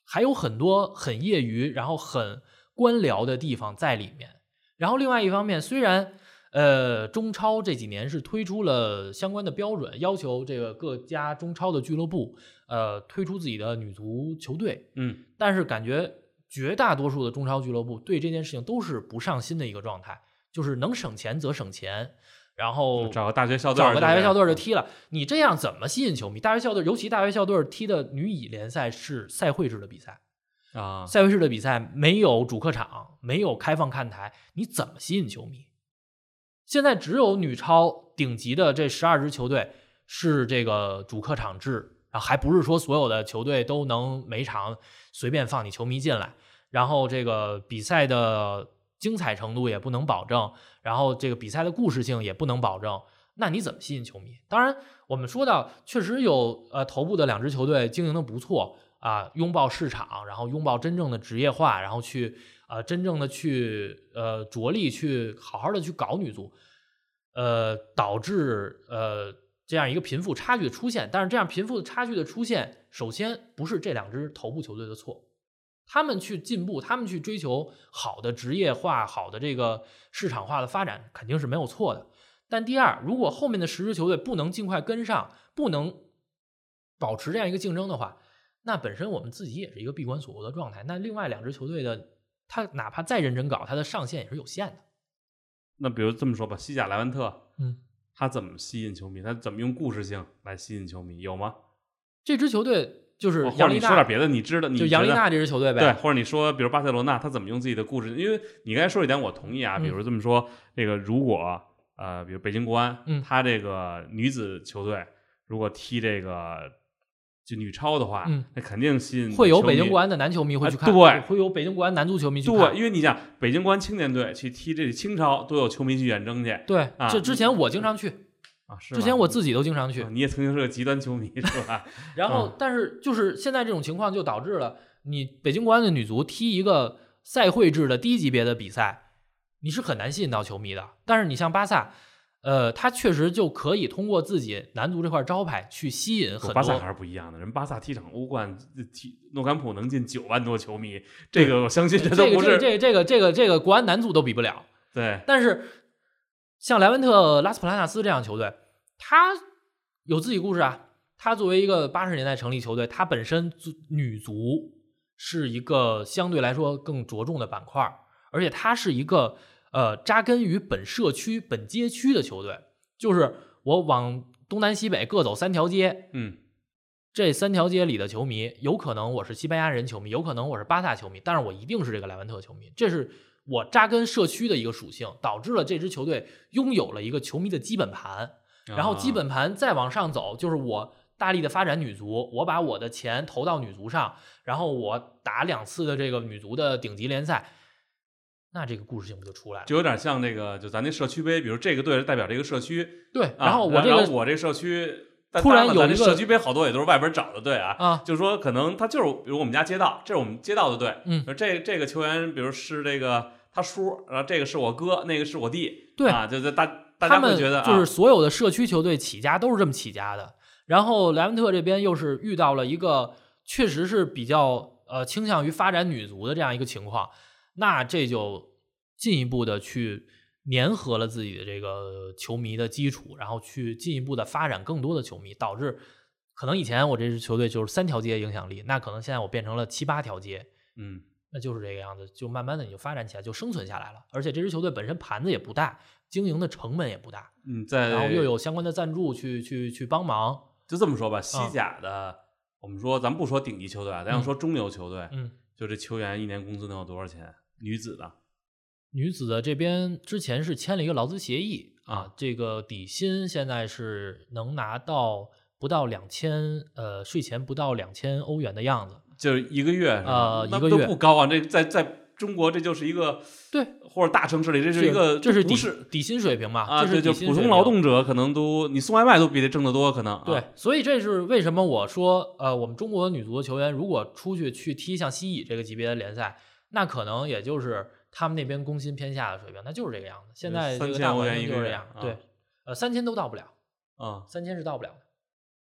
还有很多很业余，然后很官僚的地方在里面。然后另外一方面，虽然中超这几年是推出了相关的标准，要求这个各家中超的俱乐部推出自己的女足球队，但是感觉绝大多数的中超俱乐部对这件事情都是不上心的一个状态，就是能省钱则省钱，然后找个大学校队就踢了。你这样怎么吸引球迷？大学校队，尤其大学校队踢的女乙联赛是赛会制的比赛啊， 赛会制的比赛没有主客场，没有开放看台，你怎么吸引球迷？现在只有女超顶级的这12支球队是这个主客场制，然后还不是说所有的球队都能每场随便放你球迷进来，然后这个比赛的精彩程度也不能保证，然后这个比赛的故事性也不能保证，那你怎么吸引球迷？当然我们说到确实有头部的2支球队经营的不错啊，拥抱市场，然后拥抱真正的职业化，然后去真正的去着力去好好的去搞女足，导致这样一个贫富差距的出现。但是这样贫富差距的出现，首先不是这2支头部球队的错，他们去进步，他们去追求好的职业化、好的这个市场化的发展，肯定是没有错的。但第二，如果后面的10支球队不能尽快跟上，不能保持这样一个竞争的话，那本身我们自己也是一个闭关锁国的状态。那另外2支球队的，他哪怕再认真搞，他的上限也是有限的。 那比如这么说吧，西甲莱万特，他怎么吸引球迷？他怎么用故事性来吸引球迷？有吗？ 这支球队就是或者你说点别的，你知道， 就杨丽娜这支球队呗。 对，或者你说，比如巴塞罗那，他怎么用自己的故事？因为你刚才说一点，我同意啊。比如这么说，这个如果比如北京国安，他这个女子球队如果踢这个就女超的话，那肯定吸引会有北京国安的男球迷会去看， 对， 会有北京国安男足球迷去看， 对，因为你想北京国安青年队去踢这青超，都有球迷去远征去， 对，这之前我经常去啊，是之前我自己都经常去， 你也曾经是个极端球迷是吧？ 然后，但是就是现在这种情况就导致了你北京国安的女足踢一个赛会制的低级别的比赛，你是很难吸引到球迷的。但是你像巴萨。他确实就可以通过自己男足这块招牌去吸引很多。 巴萨还是不一样的，人巴萨踢场欧冠，踢诺坎普能进9万多球迷，这个我相信这都不是这个国安男足都比不了。 对， 但是像莱万特、拉斯普拉纳斯这样的球队，他有自己故事啊。他作为一个80年代成立球队，他本身女足是一个相对来说更着重的板块，而且他是一个。扎根于本社区、本街区的球队，就是我往东南西北各走3条街，这3条街里的球迷，有可能我是西班牙人球迷，有可能我是巴萨球迷，但是我一定是这个莱万特球迷，这是我扎根社区的一个属性，导致了这支球队拥有了一个球迷的基本盘，然后基本盘再往上走，就是我大力的发展女足，我把我的钱投到女足上，然后我打2次的这个女足的顶级联赛。那这个故事性不就出来了？ 就有点像那个，就咱那社区杯，比如这个队代表这个社区， 对， 然后我这社区突然有一个社区杯，好多也都是外边找的队啊，就是说可能他就是，比如我们家街道，这是我们街道的队，这个球员，比如是这个他叔，然后这个是我哥，那个是我弟， 对啊，就大家会觉得， 就是所有的社区球队起家都是这么起家的。然后莱万特这边又是遇到了一个确实是比较倾向于发展女足的这样一个情况。那这就进一步的去粘合了自己的这个球迷的基础，然后去进一步的发展更多的球迷，导致可能以前我这支球队就是3条街影响力，那可能现在我变成了7、8条街，那就是这个样子，就慢慢的你就发展起来，就生存下来了。而且这支球队本身盘子也不大，经营的成本也不大，然后又有相关的赞助去帮忙。 就这么说吧，西甲的，我们说咱不说顶级球队啊，咱要说中游球队，就这球员1年工资能有多少钱？女子的这边之前是签了一个劳资协议啊，这个底薪现在是能拿到不到2000，税前不到2000欧元的样子， 就是一个月， 一个月都不高啊。这在中国这就是一个对， 或者大城市里这是一个这是底薪水平嘛啊， 这是就普通劳动者可能都你送外卖都比这挣得多可能。 对，所以这是为什么我说我们中国女足的球员如果出去踢像西乙这个级别的联赛。那可能也就是他们那边工薪偏下的水平，那就是这个样子。现在这个大环境就是这样，对，3000都到不了，3000是到不了的。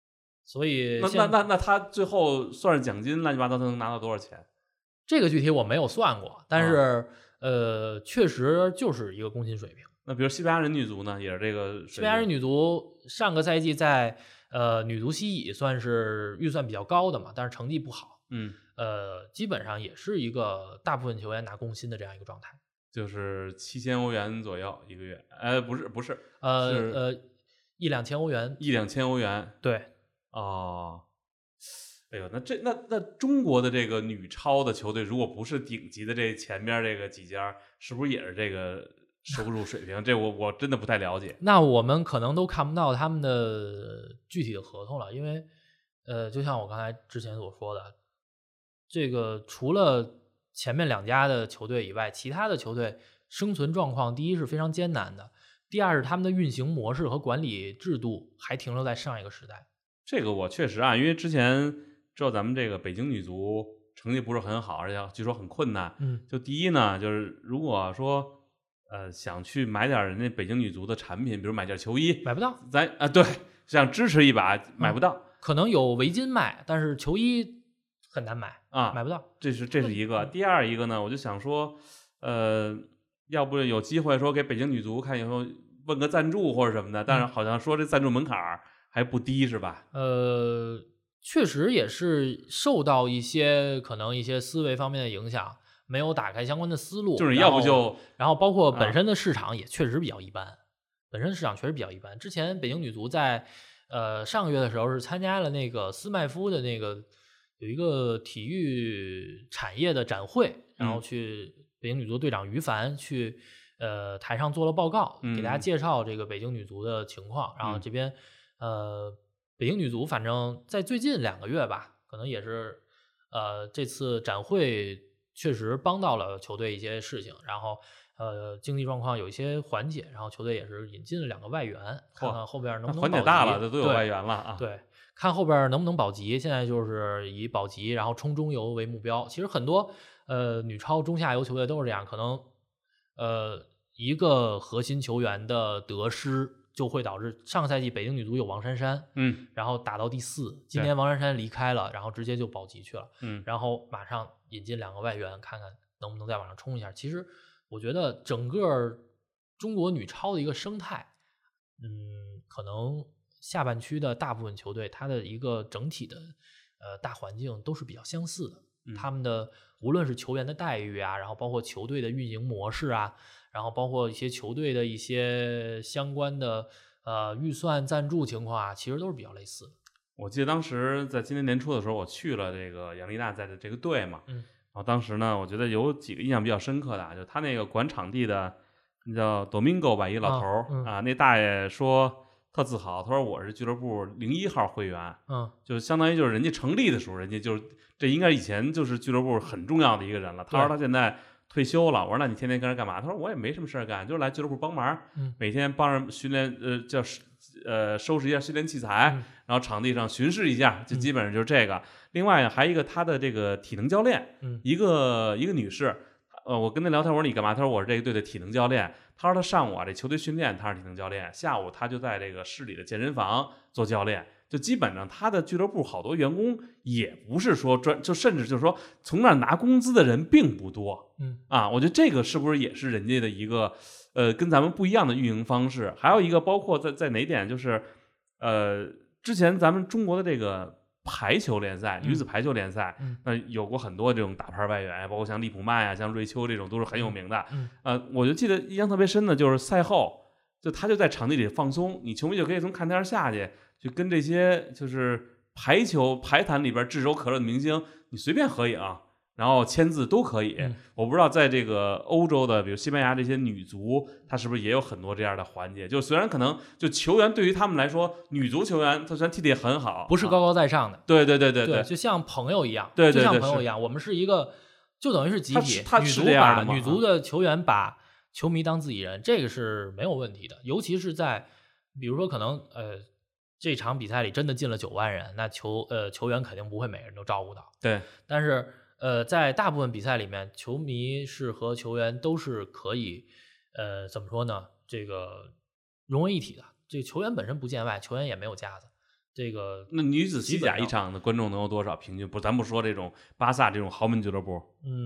所以那他最后算是奖金乱七八糟，他能拿到多少钱？ 这个具体我没有算过，但是确实就是一个工薪水平。 那比如西班牙人女足呢，也是这个水平。 西班牙人女足上个赛季在女足西乙算是预算比较高的嘛，但是成绩不好。基本上也是一个大部分球员拿工薪的这样一个状态， 就是7000欧元左右一个月。不是， 一两千欧元， 一两千欧元。 对， 哦，哎呦，那中国的这个女超的球队，如果不是顶级的这前边这个几家，是不是也是这个收入水平？这我真的不太了解。 那我们可能都看不到他们的具体的合同了，因为就像我刚才之前所说的，这个除了前面2家的球队以外，其他的球队生存状况，第一是非常艰难的，第二是他们的运行模式和管理制度还停留在上一个时代。 这个我确实啊，因为之前知道咱们这个北京女足成绩不是很好，而且据说很困难。就第一呢，就是如果说想去买点人家北京女足的产品，比如买件球衣， 买不到。 对，想支持一把，买不到。 可能有围巾卖，但是球衣很难买啊， 买不到。 这是一个。第二一个呢，我就想说，要不有机会说给北京女足看以后问个赞助或者什么的，但是好像说这赞助门槛还不低，是吧？ 确实也是受到可能一些思维方面的影响，没有打开相关的思路。 就是要不就， 然后包括本身的市场也确实比较一般，之前北京女足在上个月的时候是参加了那个斯麦夫的那个有一个体育产业的展会，然后去北京女足队长于凡去台上做了报告，给大家介绍这个北京女足的情况。然后这边北京女足反正在最近2个月吧，可能也是这次展会确实帮到了球队一些事情，然后经济状况有一些缓解，然后球队也是引进了2个外援，看看后边能不能保级。 缓解大了，这都有外援了啊。 对，看后边能不能保级。现在就是以保级然后冲中游为目标。其实很多女超中下游球队都是这样，可能一个核心球员的得失就会导致上个赛季北京女足有王珊珊，然后打到第4，今年王珊珊离开了，然后直接就保级去了，然后马上引进2个外援，看看能不能再往上冲一下。其实我觉得整个中国女超的一个生态，可能下半区的大部分球队，它的一个整体的大环境都是比较相似的。他们的无论是球员的待遇啊，然后包括球队的运营模式啊，然后包括一些球队的一些相关的预算赞助情况啊，其实都是比较类似的。 我记得当时在今年年初的时候，我去了这个杨丽娜在的这个队嘛，然后当时呢，我觉得有几个印象比较深刻的，就他那个管场地的那叫 Domingo 吧，一个老头那大爷说特自豪，他说我是俱乐部01号会员，就相当于就是人家成立的时候，人家就是这应该以前就是俱乐部很重要的一个人了。他说他现在退休了，我说那你天天跟人干嘛？他说我也没什么事干，就是来俱乐部帮忙，每天帮人训练，收拾一下训练器材，然后场地上巡视一下，就基本上就是这个。另外还一个他的这个体能教练，一个女士。我跟他聊天，我说你干嘛？他说我是这个队的体能教练。他说他上午这球队训练他是体能教练，下午他就在这个市里的健身房做教练。就基本上他的俱乐部好多员工也不是说就甚至就是说从那儿拿工资的人并不多。我觉得这个是不是也是人家的一个跟咱们不一样的运营方式？还有一个包括在哪点就是之前咱们中国的这个排球联赛，女子排球联赛，有过很多这种大牌外援，包括像利普曼啊、像瑞秋这种都是很有名的。我就记得印象特别深的就是赛后，他就在场地里放松，你球迷就可以从看台上下去，就跟这些就是排坛里边炙手可热的明星，你随便合影，然后签字都可以。我不知道在这个欧洲的，比如西班牙这些女足，它是不是也有很多这样的环节？就虽然可能就球员对于他们来说，女足球员她虽然踢得也很好， 不是高高在上的。 对， 就像朋友一样， 对， 就像朋友一样，我们是一个，就等于是集体。 他是这样的吗？ 女足的球员把球迷当自己人，这个是没有问题的。尤其是在比如说可能这场比赛里真的进了9万人，那球员肯定不会每个人都照顾到。 对， 但是在大部分比赛里面，球迷是和球员都是可以怎么说呢？这个融为一体的。这个球员本身不见外，球员也没有架子， 这个那女子西甲基本上一场的观众能有多少？平均不，咱不说这种巴萨这种豪门俱乐部，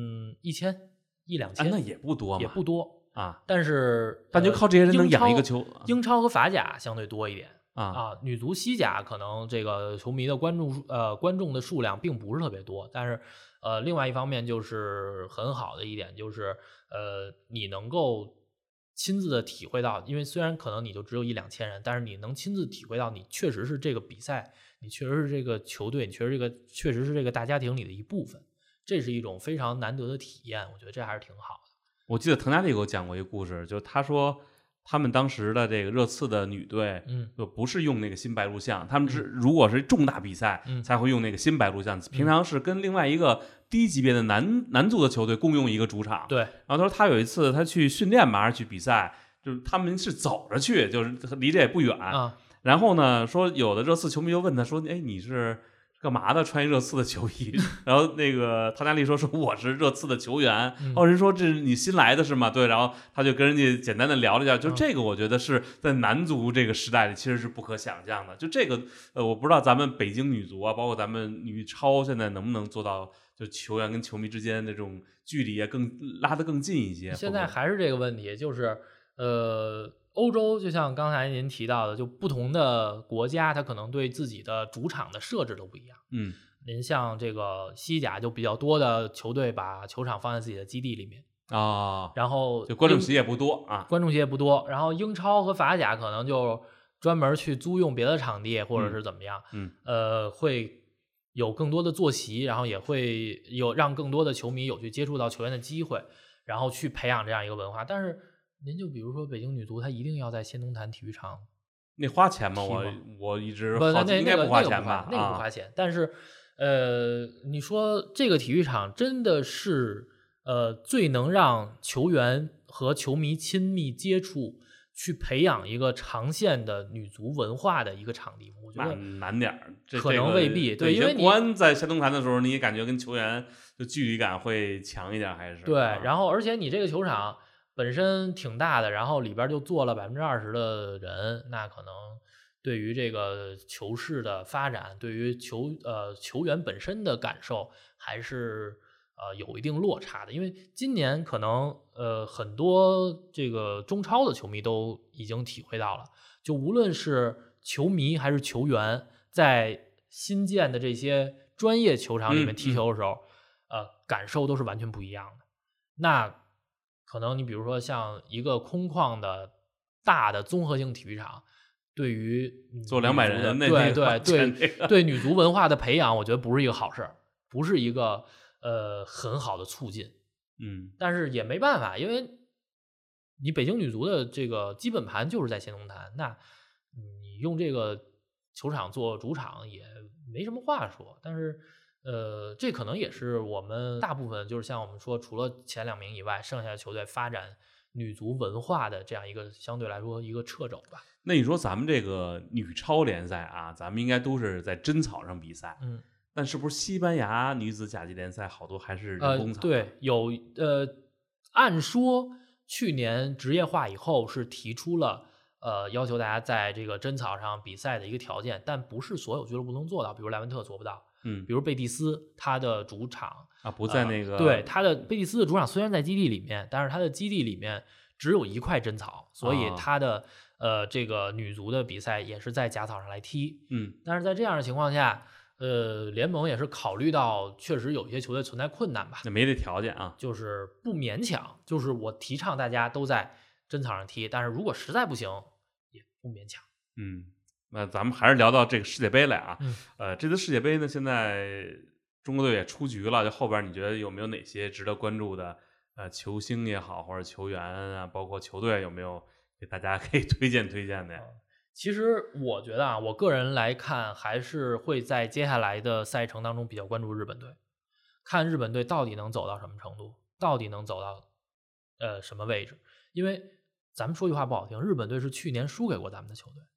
1000、1-2000， 那也不多嘛， 也不多啊。 但是但就靠这些人能养一个球， 英超和法甲相对多一点啊。 女足西甲可能这个球迷的观众的数量并不是特别多，但是另外一方面就是很好的一点就是你能够亲自的体会到，因为虽然可能你就只有1-2000人，但是你能亲自体会到你确实是这个比赛，你确实是这个球队，你确实是这个大家庭里的一部分，这是一种非常难得的体验，我觉得这还是挺好的。 我记得滕加利给我讲过一个故事，就他说他们当时的这个热刺的女队，就不是用那个新白录像，他们如果是重大比赛才会用那个新白录像，平常是跟另外一个低级别的男足的球队共用一个主场。 对， 然后他说他有一次他去训练嘛，还是去比赛，就是他们是走着去，就是离这也不远。然后呢，说有的热刺球迷就问他说：“哎，你是干嘛的？穿一热刺的球衣？”然后那个汤加利说我是热刺的球员。然后人说这是你新来的是吗？对，然后他就跟人家简单的聊了一下，就这个我觉得是在男足这个时代里其实是不可想象的。就这个我不知道咱们北京女足啊，包括咱们女超现在能不能做到，就球员跟球迷之间的这种距离啊更拉得更近一些。 现在还是这个问题，就是欧洲就像刚才您提到的，就不同的国家它可能对自己的主场的设置都不一样。您像这个西甲就比较多的球队把球场放在自己的基地里面然后就观众席也不多啊， 观众席也不多。然后英超和法甲可能就专门去租用别的场地或者是怎么样，会有更多的坐席，然后也会有让更多的球迷有去接触到球员的机会，然后去培养这样一个文化。但是您就比如说北京女足，她一定要在先农坛体育场， 那花钱吗？我一直好奇， 应该不花钱吧？ 那个不花钱。但是你说这个体育场真的是最能让球员和球迷亲密接触，去培养一个长线的女足文化的一个场地吗？我觉得难点儿， 可能未必。 对， 因为国安在先农坛的时候，你也感觉跟球员的距离感会强一点，还是对。然后而且你这个球场本身挺大的，然后里边就坐了20%的人，那可能对于这个球市的发展，对于球员本身的感受还是有一定落差的。因为今年可能很多这个中超的球迷都已经体会到了，就无论是球迷还是球员，在新建的这些专业球场里面踢球的时候，感受都是完全不一样的。那可能你比如说像一个空旷的大的综合性体育场，对于坐200人对女足文化的培养，我觉得不是一个好事，不是一个很好的促进。但是也没办法，因为你北京女足的这个基本盘就是在先农坛，那你用这个球场做主场也没什么话说。但是这可能也是我们大部分就是像我们说，除了前2名以外，剩下的球队发展女足文化的这样一个相对来说一个掣肘吧。 那你说咱们这个女超联赛啊，咱们应该都是在真草上比赛，但是不是西班牙女子甲级联赛好多还是人工草？ 对，有按说去年职业化以后是提出了要求大家在这个真草上比赛的一个条件，但不是所有俱乐部能做到，比如莱文特做不到。比如贝蒂斯，他的主场不在那个对，他的贝蒂斯的主场虽然在基地里面，但是他的基地里面只有一块真草，所以他的这个女足的比赛也是在假草上来踢。但是在这样的情况下，联盟也是考虑到确实有一些球队存在困难吧， 那没这条件啊， 就是不勉强，就是我提倡大家都在真草上踢，但是如果实在不行也不勉强。 那咱们还是聊到这个世界杯来啊。这次世界杯呢，现在中国队也出局了，就后边你觉得有没有哪些值得关注的球星也好，或者球员啊，包括球队有没有给大家可以推荐推荐的呀？ 其实我觉得啊，我个人来看，还是会在接下来的赛程当中比较关注日本队，看日本队到底能走到什么程度，到底能走到什么位置。因为咱们说句话不好听，日本队是去年输给过咱们的球队。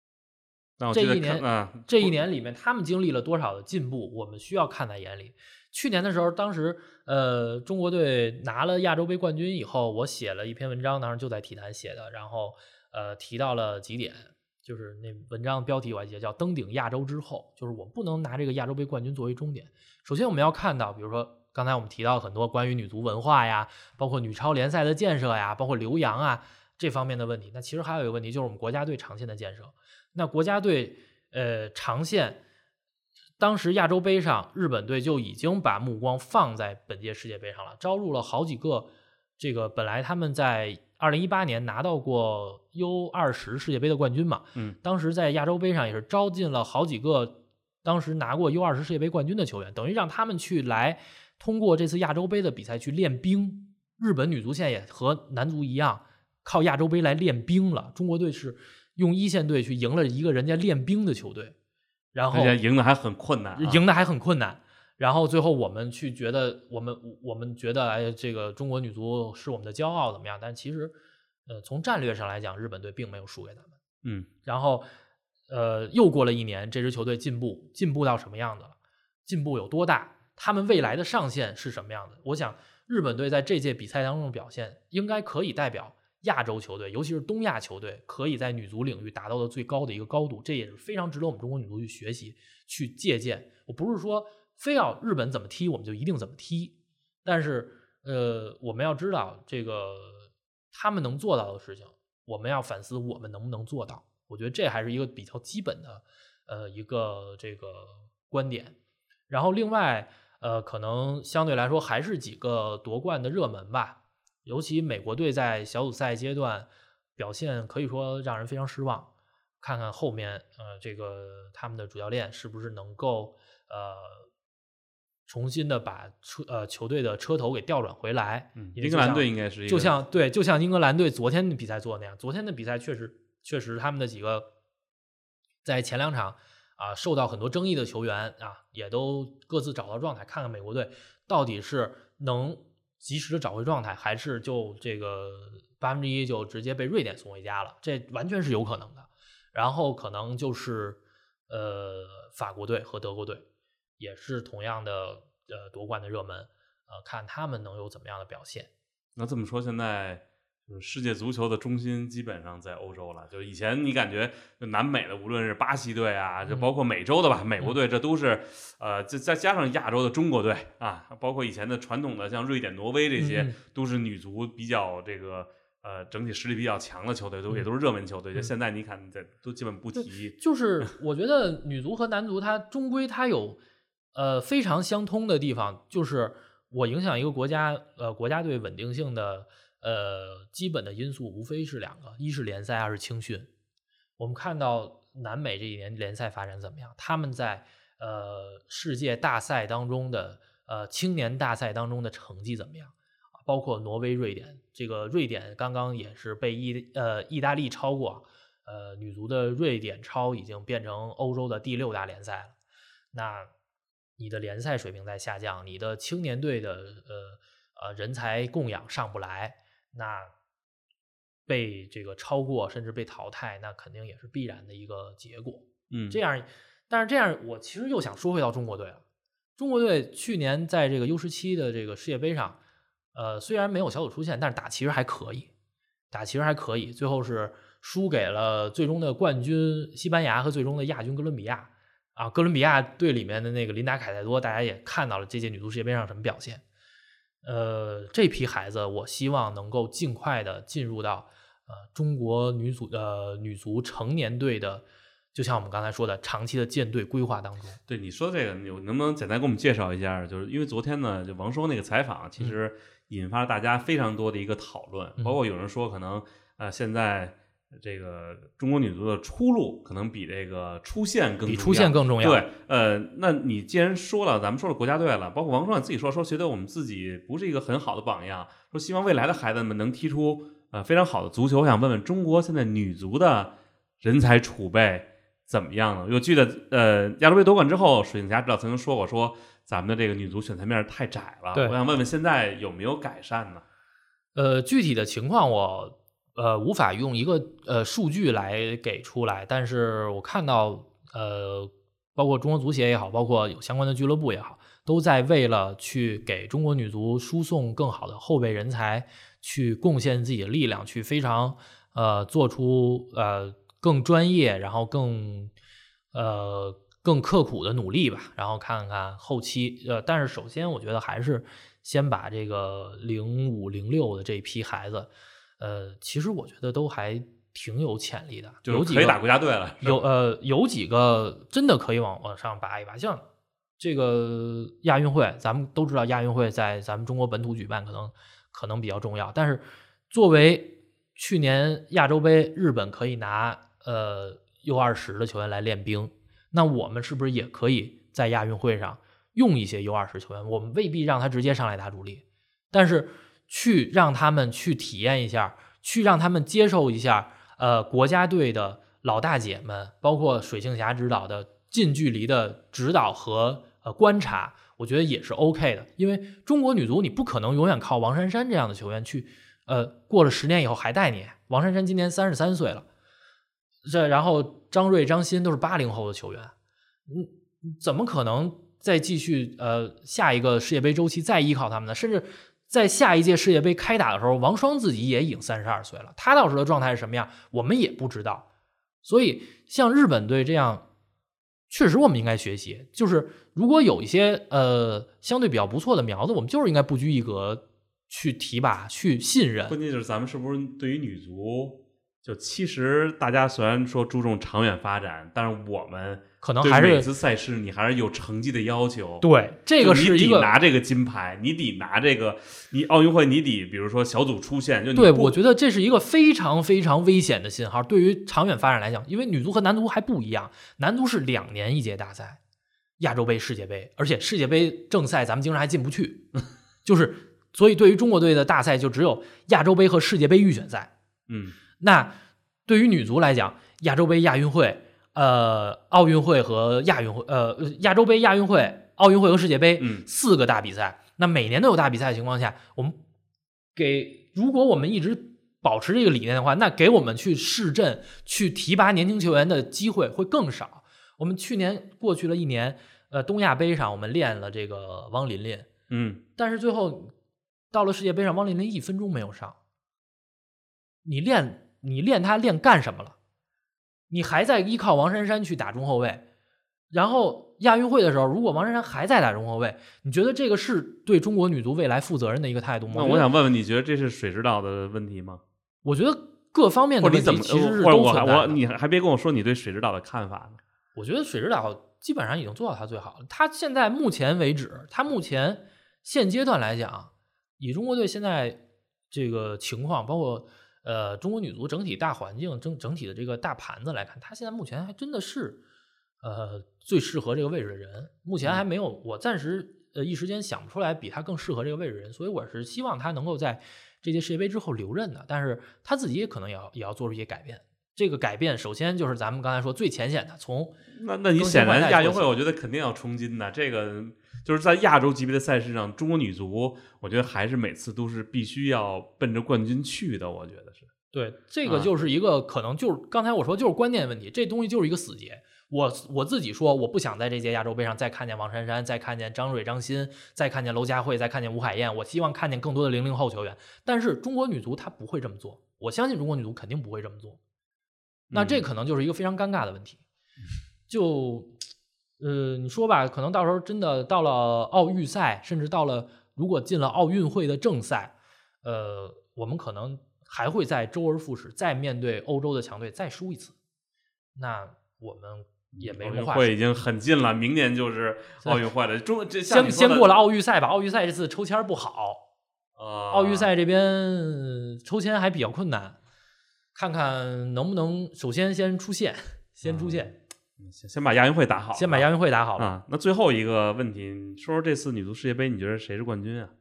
这一年里面，他们经历了多少的进步，我们需要看在眼里。去年的时候，当时中国队拿了亚洲杯冠军以后，我写了一篇文章，当时就在体坛写的，然后提到了几点， 就是那文章标题我还记得叫登顶亚洲之后，就是我们不能拿这个亚洲杯冠军作为终点。首先我们要看到，比如说刚才我们提到很多关于女足文化呀，包括女超联赛的建设呀，包括留洋啊这方面的问题。那其实还有一个问题就是我们国家队长线的建设。那国家队长线，当时亚洲杯上日本队就已经把目光放在本届世界杯上了，招入了好几个这个本来他们在2018年拿到过 U20 世界杯的冠军嘛，当时在亚洲杯上也是招进了好几个当时拿过 U20 世界杯冠军的球员，等于让他们去来通过这次亚洲杯的比赛去练兵。日本女足现在也和男足一样，靠亚洲杯来练兵了。中国队是用一线队去赢了一个人家练兵的球队，然后赢的还很困难， 赢的还很困难。然后最后我们去觉得我们觉得哎，这个中国女足是我们的骄傲怎么样？但其实从战略上来讲，日本队并没有输给他们。然后又过了一年，这支球队进步到什么样子了？进步有多大？他们未来的上限是什么样的？我想日本队在这届比赛当中的表现，应该可以代表亚洲球队，尤其是东亚球队，可以在女足领域达到的最高的一个高度，这也是非常值得我们中国女足去学习、去借鉴。我不是说非要日本怎么踢我们就一定怎么踢，但是我们要知道这个他们能做到的事情，我们要反思我们能不能做到。我觉得这还是一个比较基本的一个这个观点。然后另外可能相对来说还是几个夺冠的热门吧，尤其美国队在小组赛阶段表现可以说让人非常失望。看看后面这个他们的主教练是不是能够重新的把球队的车头给调转回来。 英格兰队应该是一个就像英格兰队昨天的比赛做的那样，昨天的比赛确实他们的几个在前两场受到很多争议的球员也都各自找到状态。看看美国队到底是能及时的找回状态，还是就这个1%就直接被瑞典送回家了，这完全是有可能的。然后可能就是法国队和德国队也是同样的夺冠的热门，看他们能有怎么样的表现。 那这么说，现在世界足球的中心基本上在欧洲了。就是以前你感觉南美的，无论是巴西队就包括美洲的吧，美国队，这都是再加上亚洲的中国队包括以前的传统的像瑞典、挪威这些，都是女足比较这个整体实力比较强的球队，也都是热门球队。就现在你看，都基本不提。 就是我觉得女足和男足它终归它有非常相通的地方，就是我影响一个国家队稳定性的基本的因素无非是两个，一是联赛，二是青训。我们看到南美这几年联赛发展怎么样？他们在世界大赛当中的青年大赛当中的成绩怎么样？包括挪威、瑞典，这个瑞典刚刚也是被意大利超过，女足的瑞典超已经变成欧洲的第6大联赛了。那你的联赛水平在下降，你的青年队的人才供养上不来，那被这个超过甚至被淘汰，那肯定也是必然的一个结果。但是这样我其实又想说回到中国队了。中国队去年在这个 U17 的这个世界杯上虽然没有小组出线，但是打其实还可以，最后是输给了最终的冠军西班牙和最终的亚军哥伦比亚。哥伦比亚队里面的那个琳达凯塞多，大家也看到了这届女足世界杯上什么表现。这批孩子我希望能够尽快的进入到中国女足成年队的，就像我们刚才说的长期的建队规划当中。 对，你说这个你能不能简单给我们介绍一下？就是因为昨天呢，就王霜那个采访其实引发了大家非常多的一个讨论，包括有人说可能现在这个中国女足的出路可能比这个出线更重要。对，那你既然说了，咱们说了国家队了，包括王霜自己说觉得我们自己不是一个很好的榜样，说希望未来的孩子们能踢出非常好的足球。我想问问中国现在女足的人才储备怎么样呢？我记得亚洲杯夺冠之后，水井霞指导曾经说过，说咱们的这个女足选材面太窄了。我想问问现在有没有改善呢？ 具体的情况我无法用一个数据来给出来，但是我看到包括中国足协也好，包括有相关的俱乐部也好，都在为了去给中国女足输送更好的后备人才，去贡献自己的力量，去非常做出更专业，然后更刻苦的努力吧，然后看看后期但是首先我觉得还是先把这个05、06的这批孩子，其实我觉得都还挺有潜力的， 就是可以打国家队了。 有几个真的可以往上拔一拔，像这个亚运会，咱们都知道亚运会在咱们中国本土举办可能比较重要，但是作为去年亚洲杯日本可以拿U20的球员来练兵，那我们是不是也可以在亚运会上用一些 U20 球员？我们未必让他直接上来打主力，但是去让他们去体验一下，去让他们接受一下国家队的老大姐们，包括水庆霞指导的近距离的指导和观察，我觉得也是 OK 的。因为中国女足你不可能永远靠王珊珊这样的球员去过了10年以后还带你。王珊珊今年33岁了，然后张睿、张欣都是80后的球员，怎么可能再继续下一个世界杯周期再依靠他们呢？甚至在下一届世界杯开打的时候，王霜自己也已经32岁了，他到时的状态是什么样，我们也不知道。所以像日本队这样，确实我们应该学习，就是如果有一些相对比较不错的苗子，我们就是应该不拘一格去提拔、去信任。 关键就是咱们是不是对于女足，就其实大家虽然说注重长远发展，但是我们可能还是对每次赛事你还是有成绩的要求。 对，这个是一个你得拿这个金牌，你得拿这个，你奥运会你得比如说小组出线，就对，我觉得这是一个非常非常危险的信号。对于长远发展来讲，因为女足和男足还不一样，男足是2年一届大赛，亚洲杯、世界杯，而且世界杯正赛咱们经常还进不去，就是所以对于中国队的大赛就只有亚洲杯和世界杯预选赛。那对于女足来讲，亚洲杯、亚运会、奥运会和亚运会，亚洲杯、亚运会、奥运会和世界杯4个大比赛。那每年都有大比赛的情况下，如果我们一直保持这个理念的话，那给我们去试阵、去提拔年轻球员的机会会更少。我们去年过去了1年，东亚杯上我们练了这个汪琳琳，但是最后到了世界杯上，汪琳琳1分钟没有上。你练他练干什么了？你还在依靠王珊珊去打中后卫，然后亚运会的时候，如果王珊珊还在打中后卫，你觉得这个是对中国女足未来负责任的一个态度吗？ 那我想问问，你觉得这是水指导的问题吗？ 我觉得各方面的问题其实是都存在的。 你还别跟我说你对水指导的看法呢。 我觉得水指导基本上已经做到他最好了。他现在目前为止，他目前现阶段来讲，以中国队现在这个情况，包括中国女足整体大环境、整体的这个大盘子来看，他现在目前还真的是最适合这个位置的人。目前还没有，我暂时一时间想不出来比他更适合这个位置的人，所以我是希望他能够在这届世界杯之后留任的。但是他自己也可能也要做出一些改变。这个改变首先就是咱们刚才说最浅显的，从那你显然亚运会我觉得肯定要冲金的，这个就是在亚洲级别的赛事上，中国女足我觉得还是每次都是必须要奔着冠军去的，我觉得是。 对，这个就是一个可能就是刚才我说就是关键问题，这东西就是一个死结。我自己说我不想在这届亚洲杯上再看见王珊珊，再看见张睿、张欣，再看见娄佳慧，再看见吴海燕，我希望看见更多的00后球员。但是中国女足她不会这么做，我相信中国女足肯定不会这么做。那这可能就是一个非常尴尬的问题。就你说吧，可能到时候真的到了奥运赛，甚至到了如果进了奥运会的正赛，我们可能还会再周而复始，再面对欧洲的强队再输一次。那我们也没什么话说。 奥运会已经很近了，明年就是奥运会了。 先过了奥运赛吧，奥运赛这次抽签不好，奥运赛这边抽签还比较困难。看看能不能首先出线，先出线， 先把亚运会打好， 先把亚运会打好了。 那最后一个问题，你说说这次女足世界杯，你觉得谁是冠军啊？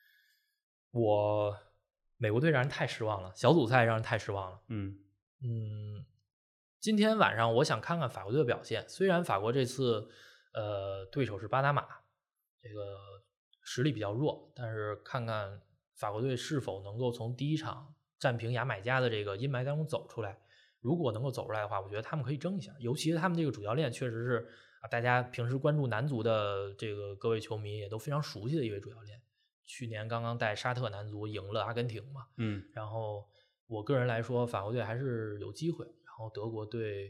美国队让人太失望了，小组赛让人太失望了。今天晚上我想看看法国队的表现，虽然法国这次对手是巴拿马，这个实力比较弱，但是看看法国队是否能够从第一场战平牙买加的这个阴霾当中走出来。如果能够走出来的话，我觉得他们可以争一下，尤其是他们这个主教练确实是大家平时关注男足的这个各位球迷也都非常熟悉的一位主教练，去年刚刚带沙特男足赢了阿根廷嘛。然后我个人来说法国队还是有机会，然后德国队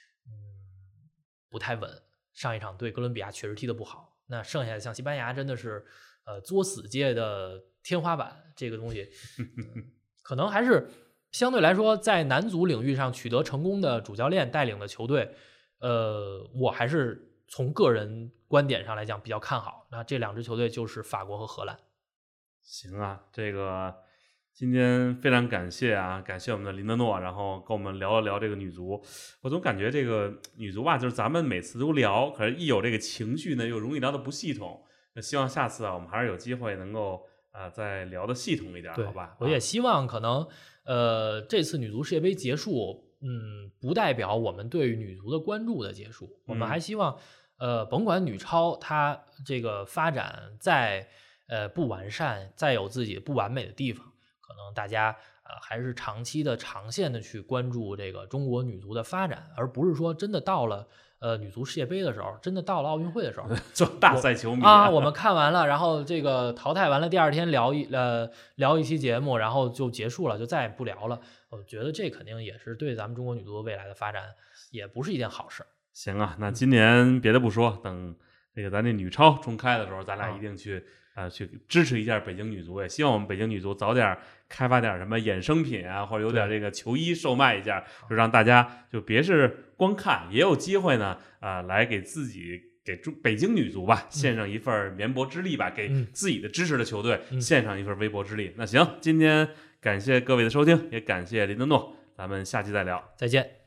不太稳，上一场对哥伦比亚确实踢得不好。那剩下的像西班牙真的是作死界的天花板，这个东西可能还是相对来说在男足领域上取得成功的主教练带领的球队，我还是从个人观点上来讲比较看好。那这2支球队就是法国和荷兰。 行啊，这个今天非常感谢啊，感谢我们的林德诺，然后跟我们聊了聊这个女足。我总感觉这个女足吧，就是咱们每次都聊，可是一有这个情绪呢，又容易聊得不系统。那希望下次啊，我们还是有机会能够再聊的系统一点，好吧？ 我也希望可能这次女足世界杯结束，不代表我们对于女足的关注的结束。我们还希望甭管女超它这个发展再不完善，再有自己不完美的地方，可能大家还是长期的长线的去关注这个中国女足的发展，而不是说真的到了女足世界杯的时候，真的到了奥运会的时候做大赛球迷我们看完了，然后这个淘汰完了，第二天聊一期节目，然后就结束了，就再也不聊了。我觉得这肯定也是对咱们中国女足未来的发展也不是一件好事。 行啊，那今年别的不说，等这个咱这女超重开的时候，咱俩一定去去支持一下北京女足，也希望我们北京女足早点开发点什么衍生品啊，或者有点这个球衣售卖一下，就让大家就别是光看，也有机会呢来给自己给北京女足吧献上一份绵薄之力吧，给自己的支持的球队献上一份微薄之力。那行，今天感谢各位的收听，也感谢林德诺，咱们下期再聊， 再见。